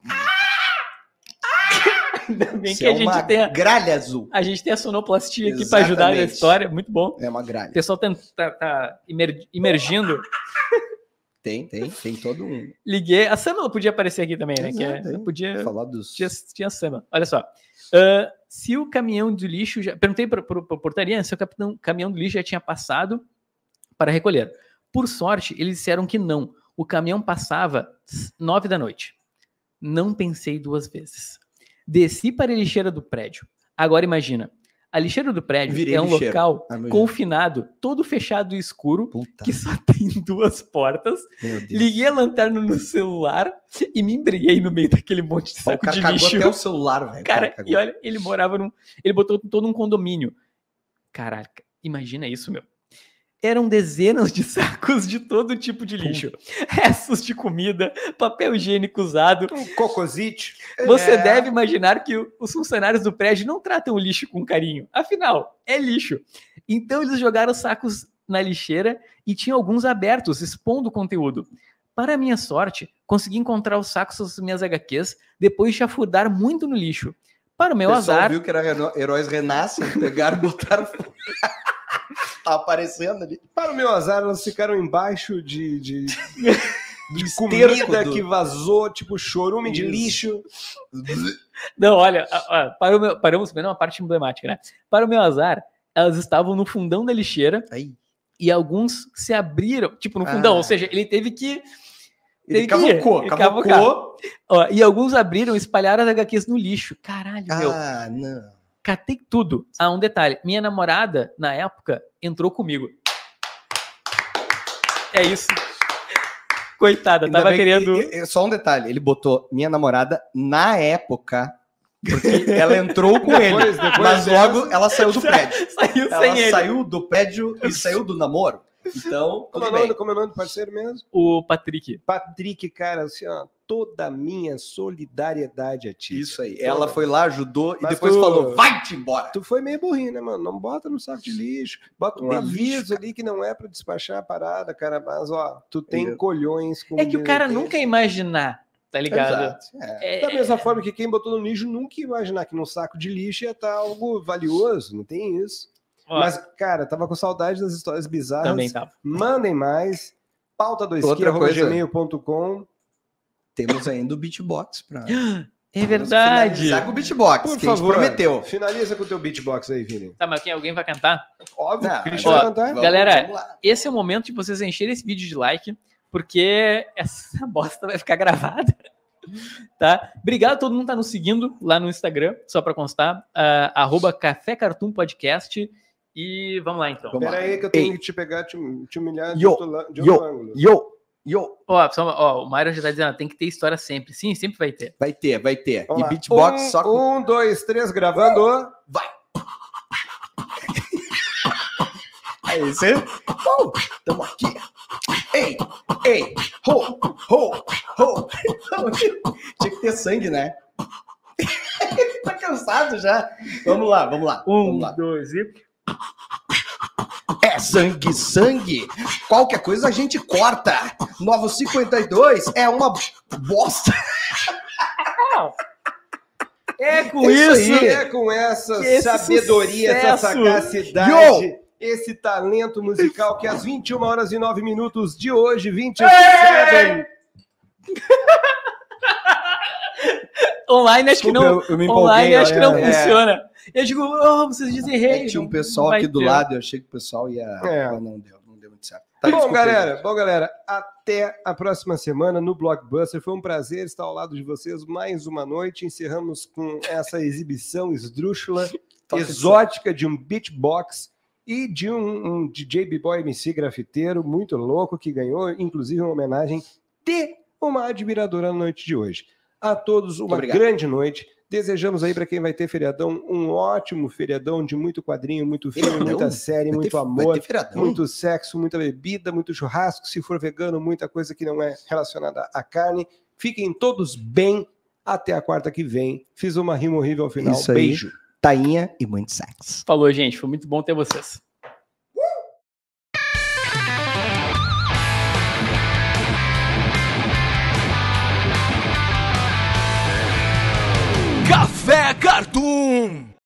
Ainda bem que é a gente uma tem a, gralha azul. a gente tem a sonoplastia aqui para ajudar na Exatamente. história, muito bom. É uma O gralha. pessoal tá, tá, tá imer, imergindo. Tem, tem, tem todo um. Liguei. A Samela podia aparecer aqui também, né? Que é, Exato, podia. Falar dos... Tinha, tinha a Samela. Olha só. Uh, se o caminhão do lixo. Já, perguntei para a portaria se o capitão, caminhão do lixo já tinha passado para recolher. Por sorte, eles disseram que não. O caminhão passava nove da noite. Não pensei duas vezes. Desci para a lixeira do prédio. Agora imagina. A lixeira do prédio Virei é um lixeiro. local Ah, confinado, todo fechado e escuro, Puta. que só tem duas portas. Meu Deus. Liguei a lanterna no celular e me embriguei no meio daquele monte de O saco cara de cagou lixo. até o celular, velho. Cara, Cagou. e olha, ele morava num... Ele botou todo um condomínio. Caraca, imagina isso, meu. Eram dezenas de sacos de todo tipo de lixo. Restos de comida, papel higiênico usado. Um cocosite. Você É. deve imaginar que o- os funcionários do prédio não tratam o lixo com carinho. Afinal, é lixo. Então eles jogaram os sacos na lixeira e tinham alguns abertos, expondo o conteúdo. Para minha sorte, consegui encontrar os sacos das minhas agá quês depois de chafurdar muito no lixo. Para o meu O pessoal azar... viu que era Hero- Heróis Renascem, pegaram e botaram... Tá aparecendo ali. Para o meu azar, elas ficaram embaixo de, de, de esterco comida do- que vazou, tipo chorume de Isso. lixo. Não, olha, a- a- para o meu, paramos vendo uma parte emblemática, né? Para o meu azar, elas estavam no fundão da lixeira Aí. e alguns se abriram, tipo, no fundão, Ah. ou seja, ele teve que... Ele Teve que ir, cavocou, ele cavocou. cavocou. Ó, e alguns abriram e espalharam as agá quês no lixo. Caralho, meu. Ah, não. Catei tudo. Ah, um detalhe. Minha namorada, na época, entrou comigo. É isso. Coitada, Ainda tava bem que- querendo... e- e- Só um detalhe, ele botou minha namorada na época, porque ela entrou com ele, Depois- depois mas dessa- logo ela saiu do prédio. Saiu Ela sem ele. saiu do prédio e saiu do namoro. Então, Como é tudo o nome, bem. como é o nome do parceiro mesmo? O Patrick. Patrick, cara, assim, ó, toda a minha solidariedade a ti. Isso aí. Ela foi lá, ajudou e Mas depois tu- falou, vai-te embora. Tu foi meio burrinho, né, mano? Não bota no saco de lixo. Bota um De aviso lixo, ali que não é pra despachar a parada, cara. Mas, ó, tu tem Eu- colhões com... É que o cara desinteresse. nunca ia imaginar tá ligado? Exato. É. É, Da mesma forma que quem botou no lixo nunca ia imaginar que num saco de lixo ia estar algo valioso, não tem isso. ó, Mas, cara, tava com saudade das histórias bizarras. também tava. Mandem mais. pauta dois Outra arroba coisa. gmail ponto com. Temos ainda o beatbox pra É verdade. finalizar com o beatbox, Por que a gente favor, prometeu. finaliza com o teu beatbox aí, Vini. Tá, mas quem, alguém vai cantar? Óbvio, Não, o Christian ó, vai cantar. Vamos- Galera, vamos lá. Esse é o momento de vocês encherem esse vídeo de like, porque essa bosta vai ficar gravada. Tá? Obrigado a todo mundo que tá nos seguindo lá no Instagram, só pra constar, uh, arroba Café Cartoon Podcast. E vamos lá, então. Vamos Pera lá. aí que eu tenho Ei. que te pegar, te, te humilhar de Yo, outro, la- de yo. outro ângulo. Yo, yo. Ó, só- ó, o Mário já tá dizendo, tem que ter história sempre. Sim, sempre vai ter. Vai ter, vai ter. Vamos e lá. beatbox um, só com... Um, dois, três, gravando. Vai. Aí, você... Oh, tamo aqui. Ei, ei, ho, ho, ho. Tinha que ter sangue, né? Tá cansado já. Vamos lá, vamos lá. vamos lá. dois e... É sangue, sangue. Qualquer coisa a gente corta. Novo cinquenta e dois é uma bosta. É com Isso isso. aí. É com essa Esse sabedoria, essa sucesso. sagacidade, Yo! esse talento musical que às vinte e uma horas e nove minutos de hoje, vinte e sete... Online acho que não. Desculpa, eu- eu me empolguei, Online acho que não é. funciona. Eu digo, oh, vocês dizem rei. É, tinha um pessoal vai aqui do ter. lado, eu achei que o pessoal ia... É. Mas não deu, não deu muito certo. Tá, Bom, desculpa aí, galera, bom, galera, até a próxima semana no Blockbuster. Foi um prazer estar ao lado de vocês mais uma noite. Encerramos com essa exibição esdrúxula, Toca exótica de um beatbox e de um, um D J B-Boy M C grafiteiro muito louco que ganhou, inclusive, uma homenagem de uma admiradora na noite de hoje. A todos uma obrigado. grande noite. Desejamos aí para quem vai ter feriadão um ótimo feriadão de muito quadrinho, muito filme, Feriadão? muita série, Vai muito ter- amor. Vai ter feriadão? Muito sexo, muita bebida, muito churrasco. Se for vegano, muita coisa que não é relacionada à carne. Fiquem todos bem. Até a quarta que vem. Fiz uma rima horrível ao final. Isso aí. Beijo. Tainha e muito sexo. Falou, gente. Foi muito bom ter vocês. Café Cartoon!